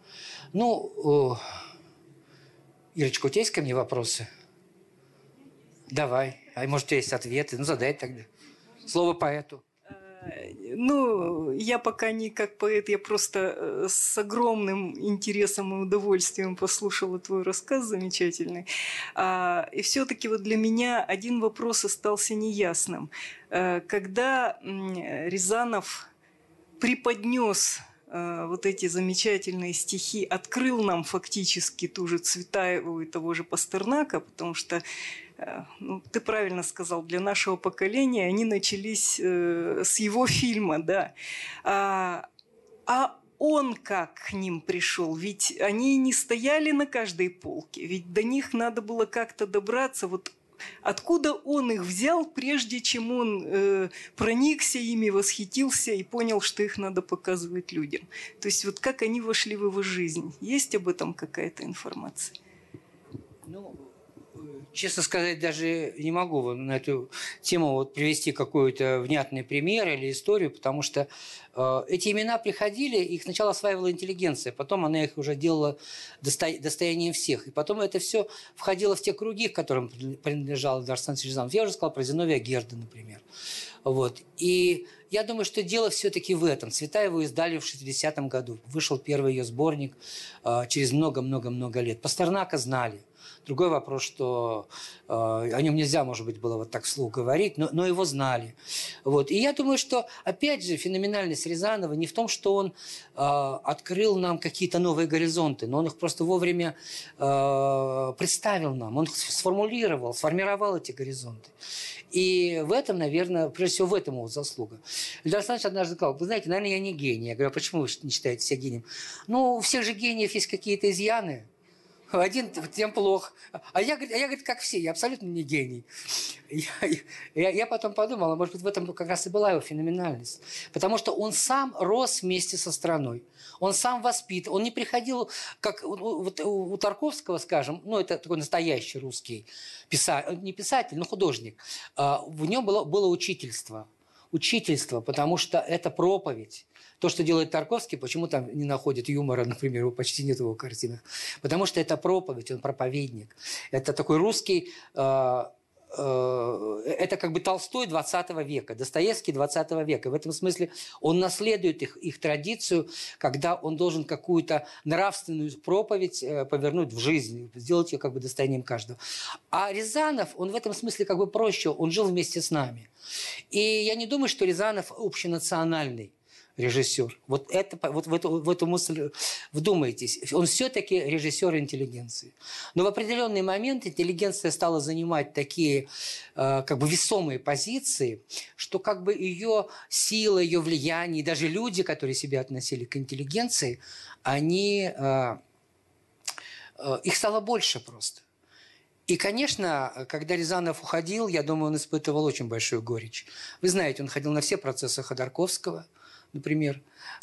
Ну, Ирочка, у тебя есть ко мне вопросы? Давай. А может, у тебя есть ответы? Ну, задай тогда. Слово поэту. Ну, я пока не как поэт, я просто с огромным интересом и удовольствием послушала твой рассказ замечательный. И все-таки вот для меня один вопрос остался неясным. Когда Рязанов преподнес вот эти замечательные стихи, открыл нам фактически ту же Цветаеву и того же Пастернака, потому что, ну, ты правильно сказал, для нашего поколения они начались с его фильма, да. А он как к ним пришел? Ведь они не стояли на каждой полке, ведь до них надо было как-то добраться. Вот откуда он их взял, прежде чем он проникся ими, восхитился и понял, что их надо показывать людям? То есть вот как они вошли в его жизнь? Есть об этом какая-то информация? Ну, честно сказать, даже не могу на эту тему вот привести какой-то внятный пример или историю, потому что эти имена приходили, их сначала осваивала интеллигенция, потом она их уже делала достоянием всех. И потом это все входило в те круги, к которым принадлежал Эльдар Александрович Рязанов. Я уже сказал про Зиновия Герда, например. Вот. И я думаю, что дело все-таки в этом. Цветаеву издали в 60-м году. Вышел первый ее сборник через много-много-много лет. Пастернака знали. Другой вопрос, что о нем нельзя, может быть, было вот так вслух говорить, но его знали. Вот. И я думаю, что, опять же, феноменальность Рязанова не в том, что он открыл нам какие-то новые горизонты, но он их просто вовремя представил нам, он их сформировал эти горизонты. И в этом, наверное, прежде всего в этом его заслуга. Эльдар Александрович однажды сказал: вы знаете, наверное, я не гений. Я говорю: а почему вы не считаете себя гением? Ну, у всех же гениев есть какие-то изъяны. Один тем плох. А я, говорит, как все, я абсолютно не гений. Я потом подумал, а может быть, в этом как раз и была его феноменальность. Потому что он сам рос вместе со страной. Он сам воспитывал. Он не приходил, как вот у Тарковского, скажем, ну, это такой настоящий русский писатель, не писатель, но художник. В нем было учительство. Учительство, потому что это проповедь. То, что делает Тарковский, почему там не находит юмора, например, его почти нет в его картинах. Потому что это проповедь, он проповедник. Это такой русский, это как бы Толстой 20 века, Достоевский 20 века. В этом смысле он наследует их традицию, когда он должен какую-то нравственную проповедь повернуть в жизнь, сделать ее как бы достоянием каждого. А Рязанов, он в этом смысле как бы проще, он жил вместе с нами. И я не думаю, что Рязанов общенациональный режиссер. Вот в эту мысль вдумайтесь. Он все-таки режиссер интеллигенции. Но в определенный момент интеллигенция стала занимать такие как бы весомые позиции, что как бы ее сила, ее влияние, даже люди, которые себя относили к интеллигенции, их стало больше просто. И, конечно, когда Рязанов уходил, я думаю, он испытывал очень большую горечь. Вы знаете, он ходил на все процессы Ходорковского, например.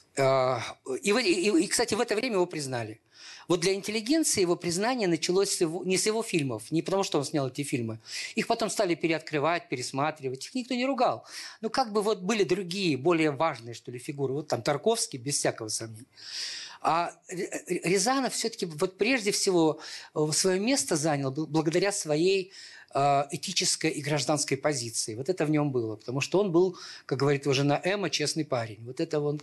И, кстати, в это время его признали. Вот для интеллигенции его признание началось не с его фильмов, не потому что он снял эти фильмы. Их потом стали переоткрывать, пересматривать. Их никто не ругал. Но как бы вот были другие, более важные, что ли, фигуры. Вот там Тарковский, без всякого сомнения. А Рязанов все-таки вот прежде всего свое место занял благодаря своей этической и гражданской позиции. Вот это в нем было. Потому что он был, как говорит его жена Эмма, честный парень. Вот это он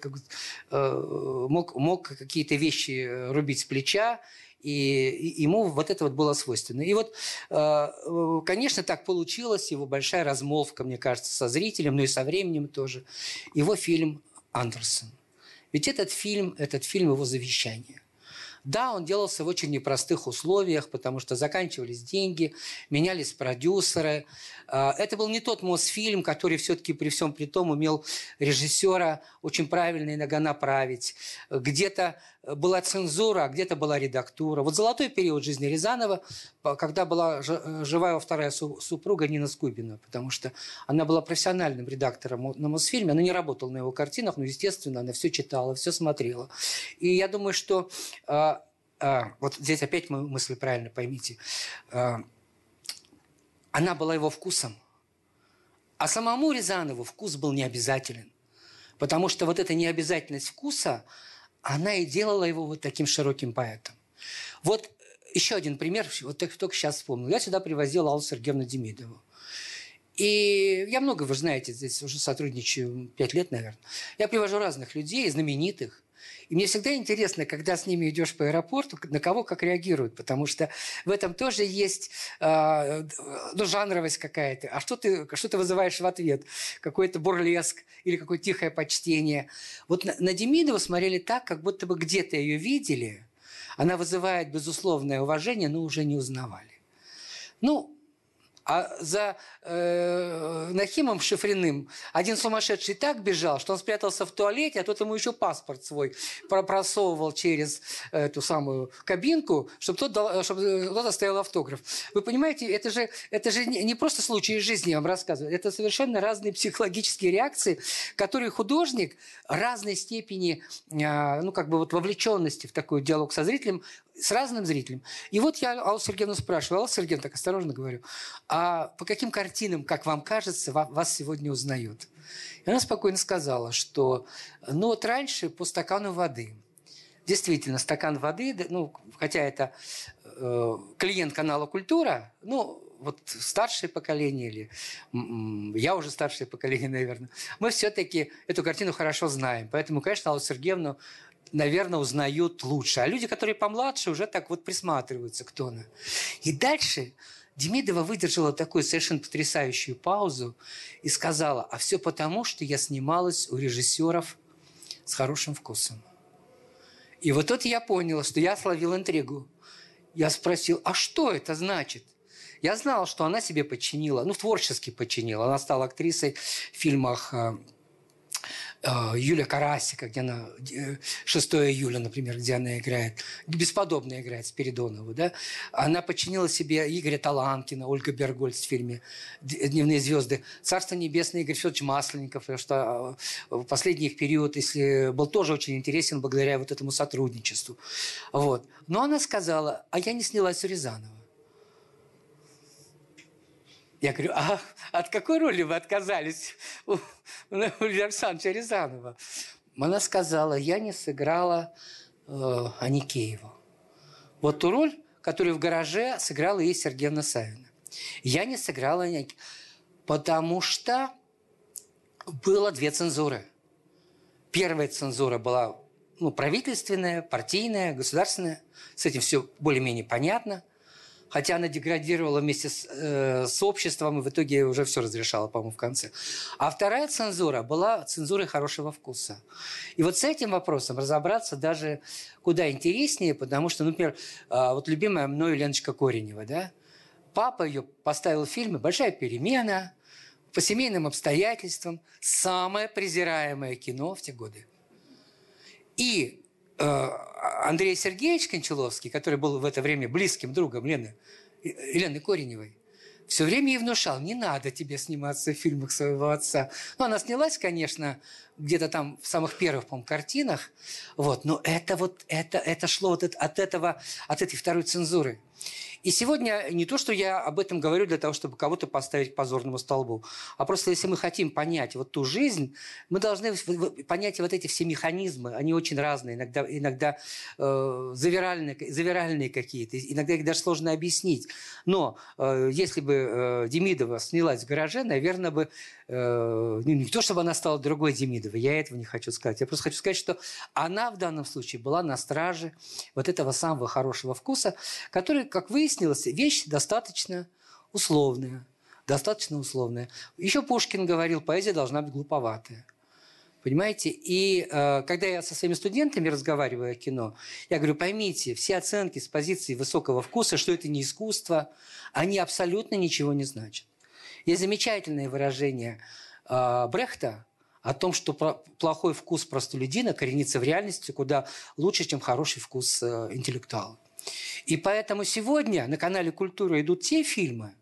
мог какие-то вещи рубить с плеча, и ему вот это вот было свойственно. И вот, конечно, так получилось. Его большая размолвка, мне кажется, со зрителем, но и со временем тоже. Его фильм «Андерсон». Ведь этот фильм его завещание. Да, он делался в очень непростых условиях, потому что заканчивались деньги, менялись продюсеры. Это был не тот Мосфильм, который все-таки при всем при том умел режиссера очень правильно иногда направить. Где-то была цензура, а где-то была редактура. Вот золотой период жизни Рязанова, когда была жива его вторая супруга Нина Скубина, потому что она была профессиональным редактором на Мосфильме, она не работала на его картинах, но, естественно, она все читала, все смотрела. И я думаю, что вот здесь опять мою мысль правильно поймите. Она была его вкусом. А самому Рязанову вкус был необязателен. Потому что вот эта необязательность вкуса, она и делала его вот таким широким поэтом. Вот еще один пример, вот только сейчас вспомнил. Я сюда привозил Аллу Сергеевну Демидову. И я много, вы знаете, здесь уже сотрудничаю 5 лет, наверное. Я привожу разных людей, знаменитых. И мне всегда интересно, когда с ними идешь по аэропорту, на кого как реагируют, потому что в этом тоже есть жанровость какая-то. А что ты вызываешь в ответ? Какой-то бурлеск или какое-то тихое почтение. Вот на Демидову смотрели так, как будто бы где-то ее видели. Она вызывает безусловное уважение, но уже не узнавали. А за Нахимом Шифриным один сумасшедший так бежал, что он спрятался в туалете, а тот ему еще паспорт свой просовывал через эту самую кабинку, чтобы тот оставил автограф. Вы понимаете, это же не просто случаи из жизни, я вам рассказываю. Это совершенно разные психологические реакции, которые художник разной степени вовлеченности в такой диалог со зрителем, с разным зрителем. И вот я Аллу Сергеевну спрашиваю. Алла Сергеевна, так осторожно говорю, а по каким картинам, как вам кажется, вас сегодня узнают? И она спокойно сказала, что раньше по стакану воды. Действительно, стакан воды, хотя это клиент канала «Культура», старшее поколение или я уже старшее поколение, наверное, мы все-таки эту картину хорошо знаем. Поэтому, конечно, Аллу Сергеевну, наверное, узнают лучше. А люди, которые помладше, уже так вот присматриваются, кто она. И дальше Демидова выдержала такую совершенно потрясающую паузу и сказала, а все потому, что я снималась у режиссеров с хорошим вкусом. И вот тут я поняла, что я словил интригу. Я спросил, а что это значит? Я знал, что она себе подчинила, творчески подчинила. Она стала актрисой в фильмах Юлия Карасика, где она 6 июля, например, где она играет, бесподобно играет Спиридонову, да? Она подчинила себе Игоря Таланкина, Ольга Бергольц в фильме «Дневные звезды», Царство небесное Игорь Федорович Масленников, потому что в последний их период был тоже очень интересен благодаря вот этому сотрудничеству. Вот. Но она сказала, а я не снялась у Рязанова. Я говорю, а от какой роли вы отказались у Александра Рязанова? Она сказала, я не сыграла Аникееву. Вот ту роль, которую в «Гараже» сыграла и Сергеевна Савина. Я не сыграла Аникееву, потому что было 2 цензуры. Первая цензура была правительственная, партийная, государственная. С этим все более-менее понятно. Хотя она деградировала вместе с обществом и в итоге уже все разрешала, по-моему, в конце. А вторая цензура была цензурой хорошего вкуса. И вот с этим вопросом разобраться даже куда интереснее, потому что, например, вот любимая мною Леночка Коренева, да? Папа ее поставил в фильме «Большая перемена», «По семейным обстоятельствам», самое презираемое кино в те годы. И Андрей Сергеевич Кончаловский, который был в это время близким другом Елены Кореневой, все время ей внушал, не надо тебе сниматься в фильмах своего отца. Она снялась, конечно, где-то там в самых первых, по-моему, картинах, но это шло от этой второй цензуры. И сегодня не то, что я об этом говорю для того, чтобы кого-то поставить к позорному столбу, а просто если мы хотим понять вот ту жизнь, мы должны понять вот эти все механизмы. Они очень разные, иногда завиральные какие-то, иногда их даже сложно объяснить. Но если бы Демидова снялась в «Гараже», наверное, бы не то, чтобы она стала другой Демидовой, я этого не хочу сказать. Я просто хочу сказать, что она в данном случае была на страже вот этого самого хорошего вкуса, который, как выяснилось, вещь достаточно условная. Еще Пушкин говорил, поэзия должна быть глуповатая. Понимаете? И когда я со своими студентами разговариваю о кино, я говорю, поймите, все оценки с позиции высокого вкуса, что это не искусство, они абсолютно ничего не значат. Есть замечательное выражение Брехта о том, что плохой вкус простолюдина коренится в реальности куда лучше, чем хороший вкус интеллектуала. И поэтому сегодня на канале «Культура» идут те фильмы,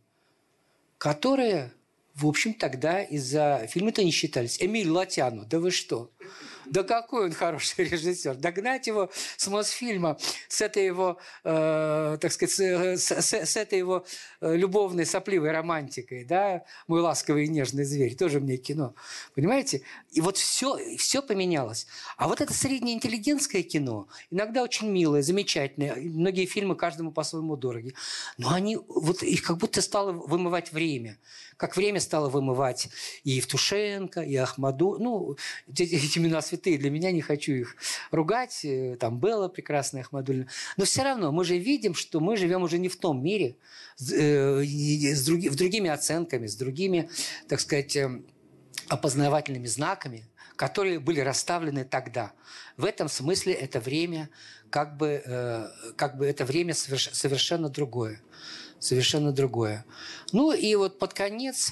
которые, в общем, тогда из-за фильма-то не считались. Эмиль Латяну, да вы что? Да какой он хороший режиссер. Догнать его с Мосфильма, с этой его, так сказать, с этой его любовной, сопливой романтикой, да, «Мой ласковый и нежный зверь», тоже мне кино. Понимаете? И вот все поменялось. А вот это среднеинтеллигентское кино, иногда очень милое, замечательное. Многие фильмы каждому по-своему дороги. Но они, вот их как будто стало вымывать время. Как время стало вымывать и Евтушенко, и Ахмаду. Ну, эти имена святые, для меня, не хочу их ругать. Там Белла прекрасная, Ахмадульна. Но все равно мы же видим, что мы живем уже не в том мире, с другими оценками, с другими, так сказать, опознавательными знаками, которые были расставлены тогда. В этом смысле это время как бы это время совершенно другое. Совершенно другое. Ну и вот под конец...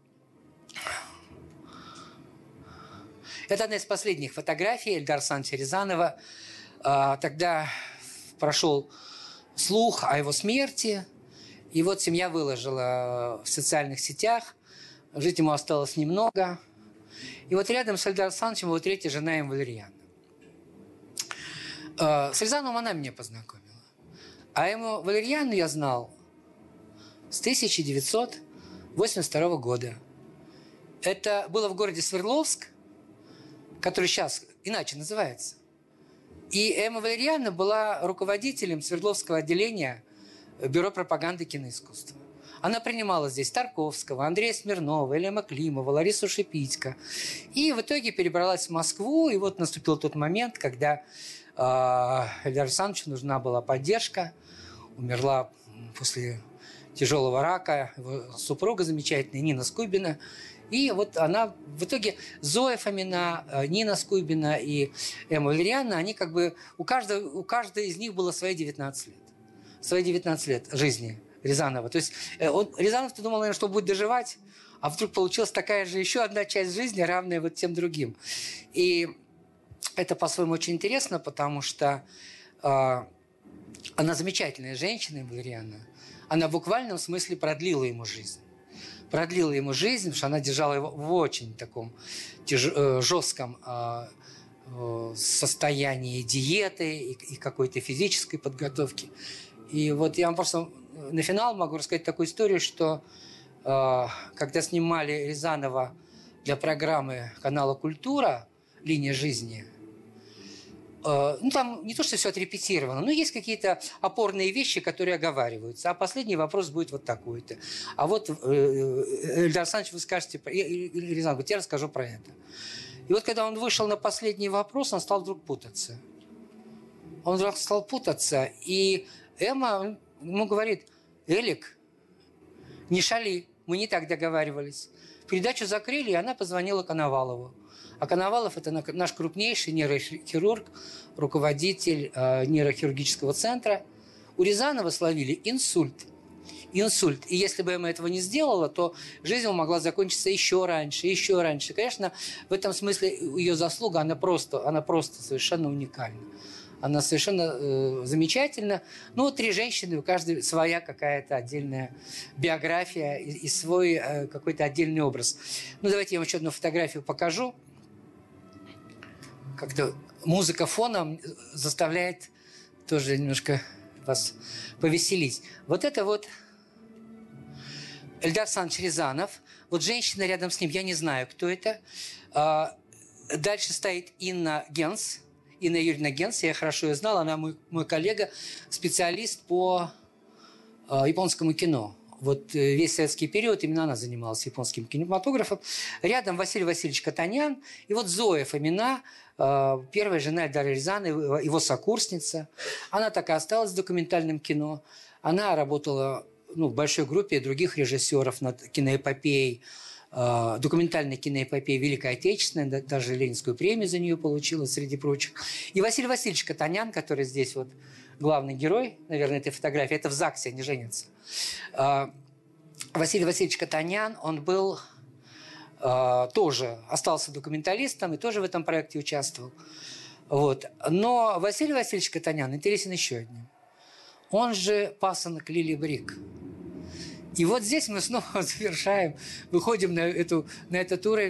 Это одна из последних фотографий Эльдара Александровича Рязанова. Тогда прошел слух о его смерти. И вот семья выложила в социальных сетях. Жить ему осталось немного. И вот рядом с Эльдаром Александровичем его третья жена Эмма Валерьяновна. С Рязановым она меня познакомила. А Эмму Валерьяновну я знал с 1982 года. Это было в городе Свердловск, который сейчас иначе называется. И Эмма Валерьяновна была руководителем Свердловского отделения Бюро пропаганды киноискусства. Она принимала здесь Тарковского, Андрея Смирнова, Илья Климова, Ларису Шипитько. И в итоге перебралась в Москву. И вот наступил тот момент, когда Эльдару Александровичу нужна была поддержка. Умерла после тяжелого рака его супруга замечательная Нина Скубина. И вот она, в итоге Зоя Фомина, Нина Скубина и Эмма Валерьяновна, они как бы, у каждой из них было свои 19 лет. Свои 19 лет жизни Рязанова. То есть Рязанов-то думал, наверное, что будет доживать, а вдруг получилась такая же еще одна часть жизни, равная вот тем другим. И это по-своему очень интересно, потому что она замечательная женщина, Валерьяновна. Она в буквальном смысле продлила ему жизнь. Продлила ему жизнь, потому что она держала его в очень таком жестком состоянии диеты и какой-то физической подготовки. И вот я вам просто на финал могу рассказать такую историю, что когда снимали Рязанова для программы канала «Культура» «Линия жизни», ну, там не то, что все отрепетировано, но есть какие-то опорные вещи, которые оговариваются. А последний вопрос будет вот такой-то. А вот, Эльдар Александрович, вы скажете, Рязанов говорит, я расскажу про это. И вот когда он вышел на последний вопрос, он стал вдруг путаться. Он вдруг стал путаться, и Эмма ему говорит, Элик, не шали, мы не так договаривались. Передачу закрыли, и она позвонила Коновалову. А Коновалов – это наш крупнейший нейрохирург, руководитель нейрохирургического центра. У Рязанова словили инсульт. Инсульт. И если бы Эмма этого не сделала, то жизнь его могла закончиться еще раньше, еще раньше. Конечно, в этом смысле ее заслуга, она просто совершенно уникальна. Она совершенно замечательна. Ну, вот три женщины, у каждой своя какая-то отдельная биография и свой какой-то отдельный образ. Ну, давайте я вам еще одну фотографию покажу. Как-то музыка фоном заставляет тоже немножко вас повеселить. Вот это вот Эльдар Александрович Рязанов. Вот женщина рядом с ним, я не знаю, кто это. Дальше стоит Инна Генс. Инна Юрьевна Генс, я хорошо ее знала, она мой коллега, специалист по японскому кино. Вот весь советский период именно она занималась японским кинематографом. Рядом Василий Васильевич Катанян. И вот Зоя Фомина, первая жена Эльдара Рязанова, его сокурсница. Она так и осталась в документальном кино. Она работала в большой группе других режиссеров над киноэпопеей, документальной киноэпопеи Великой Отечественной, даже Ленинскую премию за нее получила, среди прочих. И Василий Васильевич Катанян, который здесь вот главный герой, наверное, этой фотографии, это в ЗАГСе они женятся. Василий Васильевич Катанян, он был тоже, остался документалистом и тоже в этом проекте участвовал. Вот. Но Василий Васильевич Катанян интересен еще одним. Он же пасынок Лили Брик. И вот здесь мы снова завершаем, выходим на этот уровень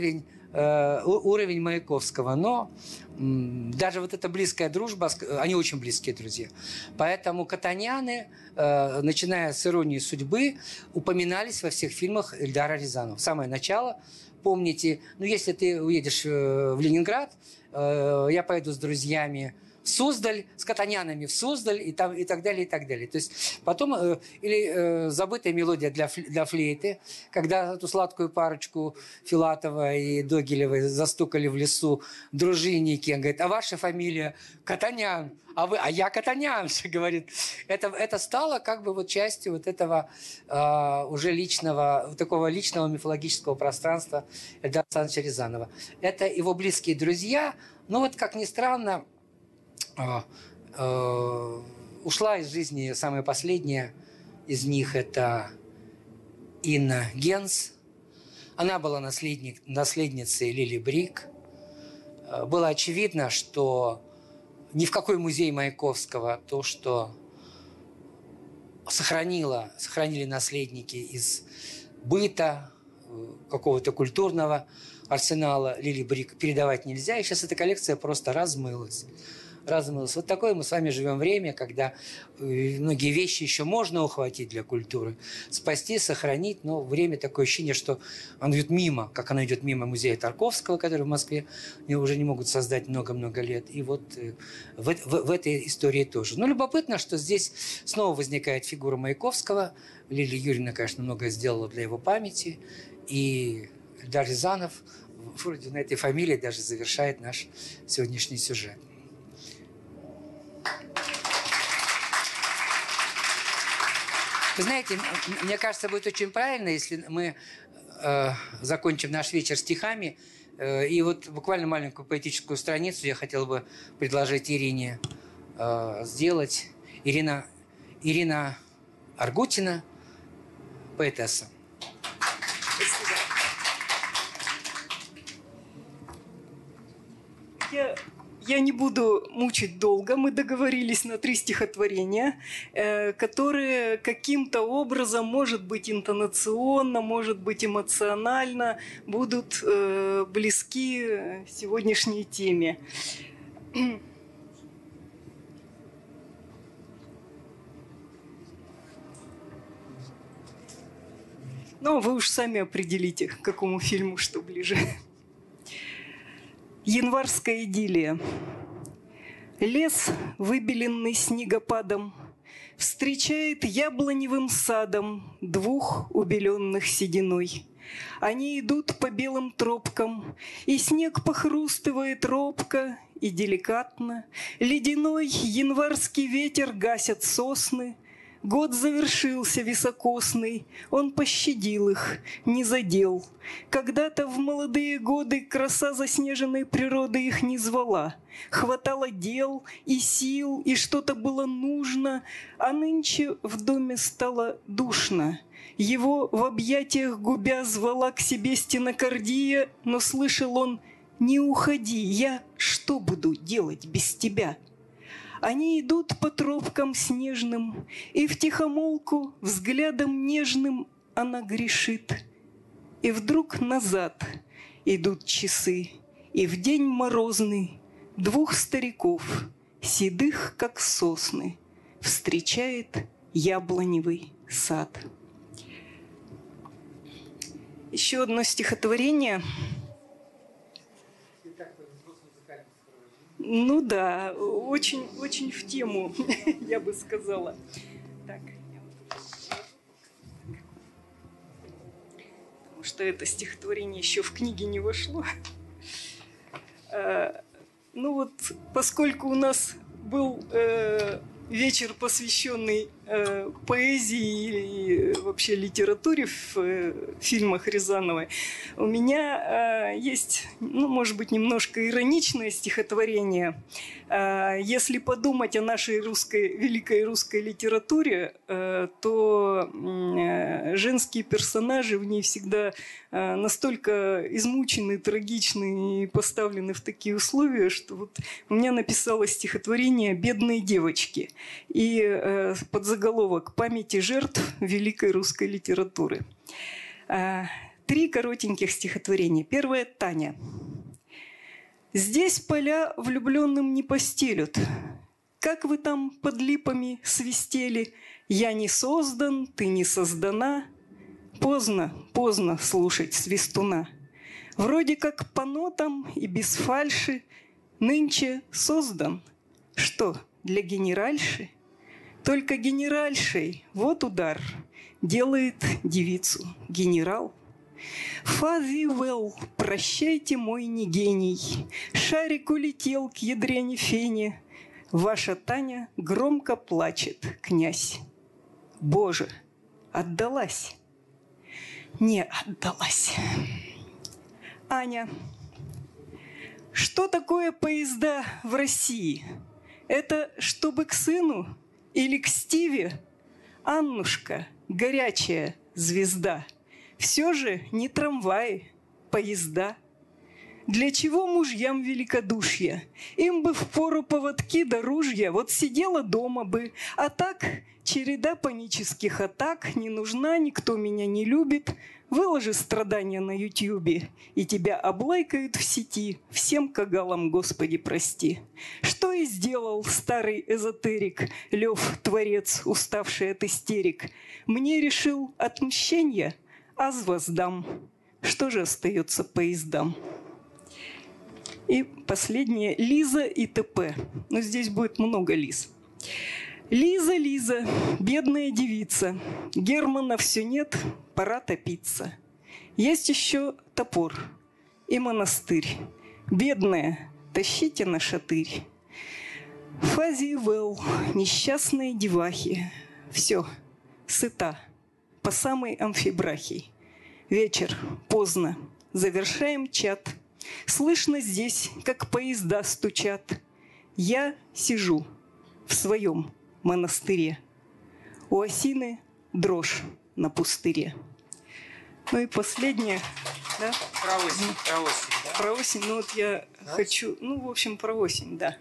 уровень Маяковского. Но даже вот эта близкая дружба, они очень близкие друзья. Поэтому катаняны, начиная с «Иронии судьбы», упоминались во всех фильмах Эльдара Рязанова. Самое начало, помните, ну, если ты уедешь в Ленинград, я поеду с друзьями в Суздаль, с катанянами в Суздаль и так далее, и так далее. То есть потом, или забытая мелодия для флейты, когда эту сладкую парочку Филатова и Догилевой застукали в лесу дружинники, он говорит, а ваша фамилия Катанян, а я Катанянша, говорит. Это стало как бы вот частью вот этого уже личного, такого личного мифологического пространства Эльдара Александровича Рязанова. Это его близкие друзья, но вот, как ни странно, ушла из жизни самая последняя из них, это Инна Генц. Она была наследницей Лили Брик. Было очевидно, что ни в какой музей Маяковского то, что сохранили наследники из быта, какого-то культурного арсенала Лили Брик, передавать нельзя. И сейчас эта коллекция просто размылась. Вот такое мы с вами живем время, когда многие вещи еще можно ухватить для культуры, спасти, сохранить, но время такое ощущение, что оно идет мимо, как оно идет мимо музея Тарковского, который в Москве уже не могут создать много-много лет. И вот в этой истории тоже. Но любопытно, что здесь снова возникает фигура Маяковского. Лилия Юрьевна, конечно, многое сделала для его памяти. И Эльдар Рязанов вроде на этой фамилии даже завершает наш сегодняшний сюжет. Вы знаете, мне кажется, будет очень правильно, если мы закончим наш вечер стихами. И вот буквально маленькую поэтическую страницу я хотел бы предложить Ирине сделать. Ирина Аргутина, поэтесса. Я не буду мучить долго. Мы договорились на 3 стихотворения, которые каким-то образом, может быть, интонационно, может быть, эмоционально будут близки сегодняшней теме. Но вы уж сами определите, к какому фильму что ближе. Январская идиллия. Лес, выбеленный снегопадом, встречает яблоневым садом 2 убеленных сединой. Они идут по белым тропкам, и снег похрустывает робко и деликатно. Ледяной январский ветер гасят сосны. Год завершился високосный, он пощадил их, не задел. Когда-то в молодые годы краса заснеженной природы их не звала. Хватало дел и сил, и что-то было нужно, а нынче в доме стало душно. Его в объятиях губя звала к себе стенокардия, но слышал он: «Не уходи, я что буду делать без тебя?» Они идут по тропкам снежным, и втихомолку взглядом нежным она грешит. И вдруг назад идут часы, и в день морозный 2 стариков, седых, как сосны, встречает яблоневый сад. Еще одно стихотворение. Ну да, очень, очень в тему, я бы сказала. Так, потому что это стихотворение еще в книге не вошло. Ну вот, поскольку у нас был вечер, посвященный поэзии и вообще литературе в фильмах Рязановой, у меня есть, ну, может быть, немножко ироничное стихотворение. Если подумать о нашей великой русской литературе, то женские персонажи в ней всегда настолько измучены, трагичны и поставлены в такие условия, что вот у меня написалось стихотворение «Бедные девочки» и под заголовок «Памяти жертв великой русской литературы». 3 коротеньких стихотворения. Первое – Таня. «Здесь поля влюбленным не постелют. Как вы там под липами свистели? Я не создан, ты не создана. Поздно, поздно слушать свистуна. Вроде как по нотам и без фальши нынче создан. Что, для генеральши? Только генеральшей, вот удар, делает девицу генерал. Farewell, прощайте, мой не гений. Шарик улетел к ядрене фене. Ваша Таня громко плачет, князь. Боже, отдалась. Не отдалась. Аня. Что такое поезда в России? Это чтобы к сыну или к Стиве? Аннушка, горячая звезда. Все же не трамваи, поезда. Для чего мужьям великодушья? Им бы впору поводки да ружья, вот сидела дома бы. А так, череда панических атак, не нужна, никто меня не любит. Выложи страдания на Ютьюбе, и тебя облайкают в сети. Всем кагалам, Господи, прости. Что и сделал старый эзотерик, Лев, творец, уставший от истерик. Мне решил отмщения, аз воздам. Что же остается поездам? И последнее – Лиза и ТП. Но здесь будет много Лиз. Лиза, Лиза, бедная девица. Германа все нет, пора топиться. Есть еще топор и монастырь. Бедная, тащите на шатырь. Farewell, несчастные девахи. Все, сыта, по самой амфибрахии. Вечер, поздно, завершаем чат. Слышно здесь, как поезда стучат. Я сижу в своем монастыре. У осины дрожь на пустыре. Ну и последнее. Да? Про осень. Про осень, да? Про осень. Ну вот я хочу... Ну, в общем, про осень, да.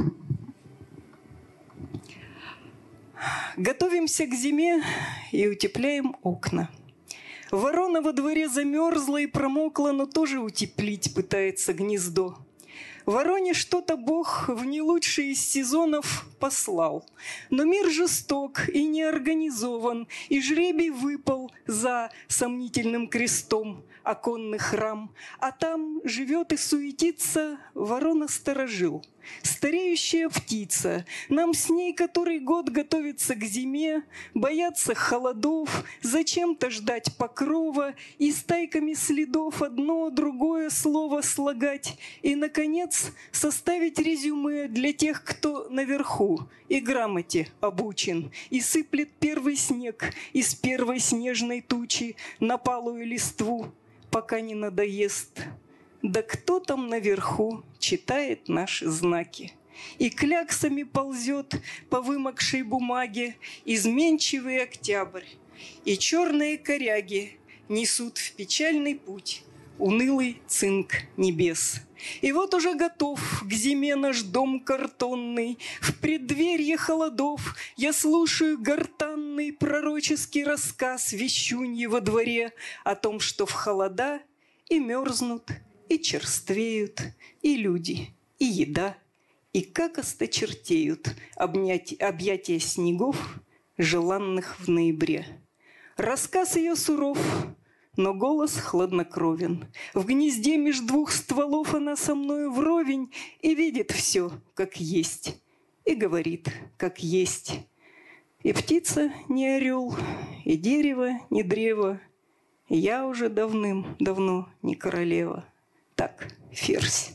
Готовимся к зиме и утепляем окна. Ворона во дворе замерзла и промокла, но тоже утеплить пытается гнездо. Вороне что-то Бог в не лучший из сезонов послал. Но мир жесток и неорганизован, и жребий выпал за сомнительным крестом оконный храм. А там живет и суетится ворона-сторожил. Стареющая птица, нам с ней который год готовиться к зиме, бояться холодов, зачем-то ждать покрова и стайками следов одно другое слово слагать и, наконец, составить резюме для тех, кто наверху и грамоте обучен, и сыплет первый снег из первой снежной тучи на палую листву, пока не надоест. Да кто там наверху читает наши знаки? И кляксами ползет по вымокшей бумаге изменчивый октябрь, и черные коряги несут в печальный путь унылый цинк небес. И вот уже готов к зиме наш дом картонный. В преддверье холодов я слушаю гортанный пророческий рассказ вещуньи во дворе о том, что в холода и мерзнут, и черствеют, и люди, и еда, и как осточертеют объятия снегов, желанных в ноябре. Рассказ ее суров, но голос хладнокровен. В гнезде меж двух стволов она со мною вровень и видит все, как есть, и говорит, как есть. И птица не орел, и дерево не древо, и я уже давным-давно не королева. Так, ферзь.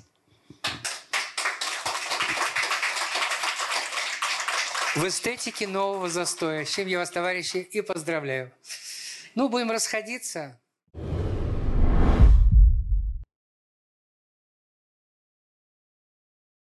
В эстетике нового застоя. С чем я вас, товарищи, и поздравляю. Ну, будем расходиться.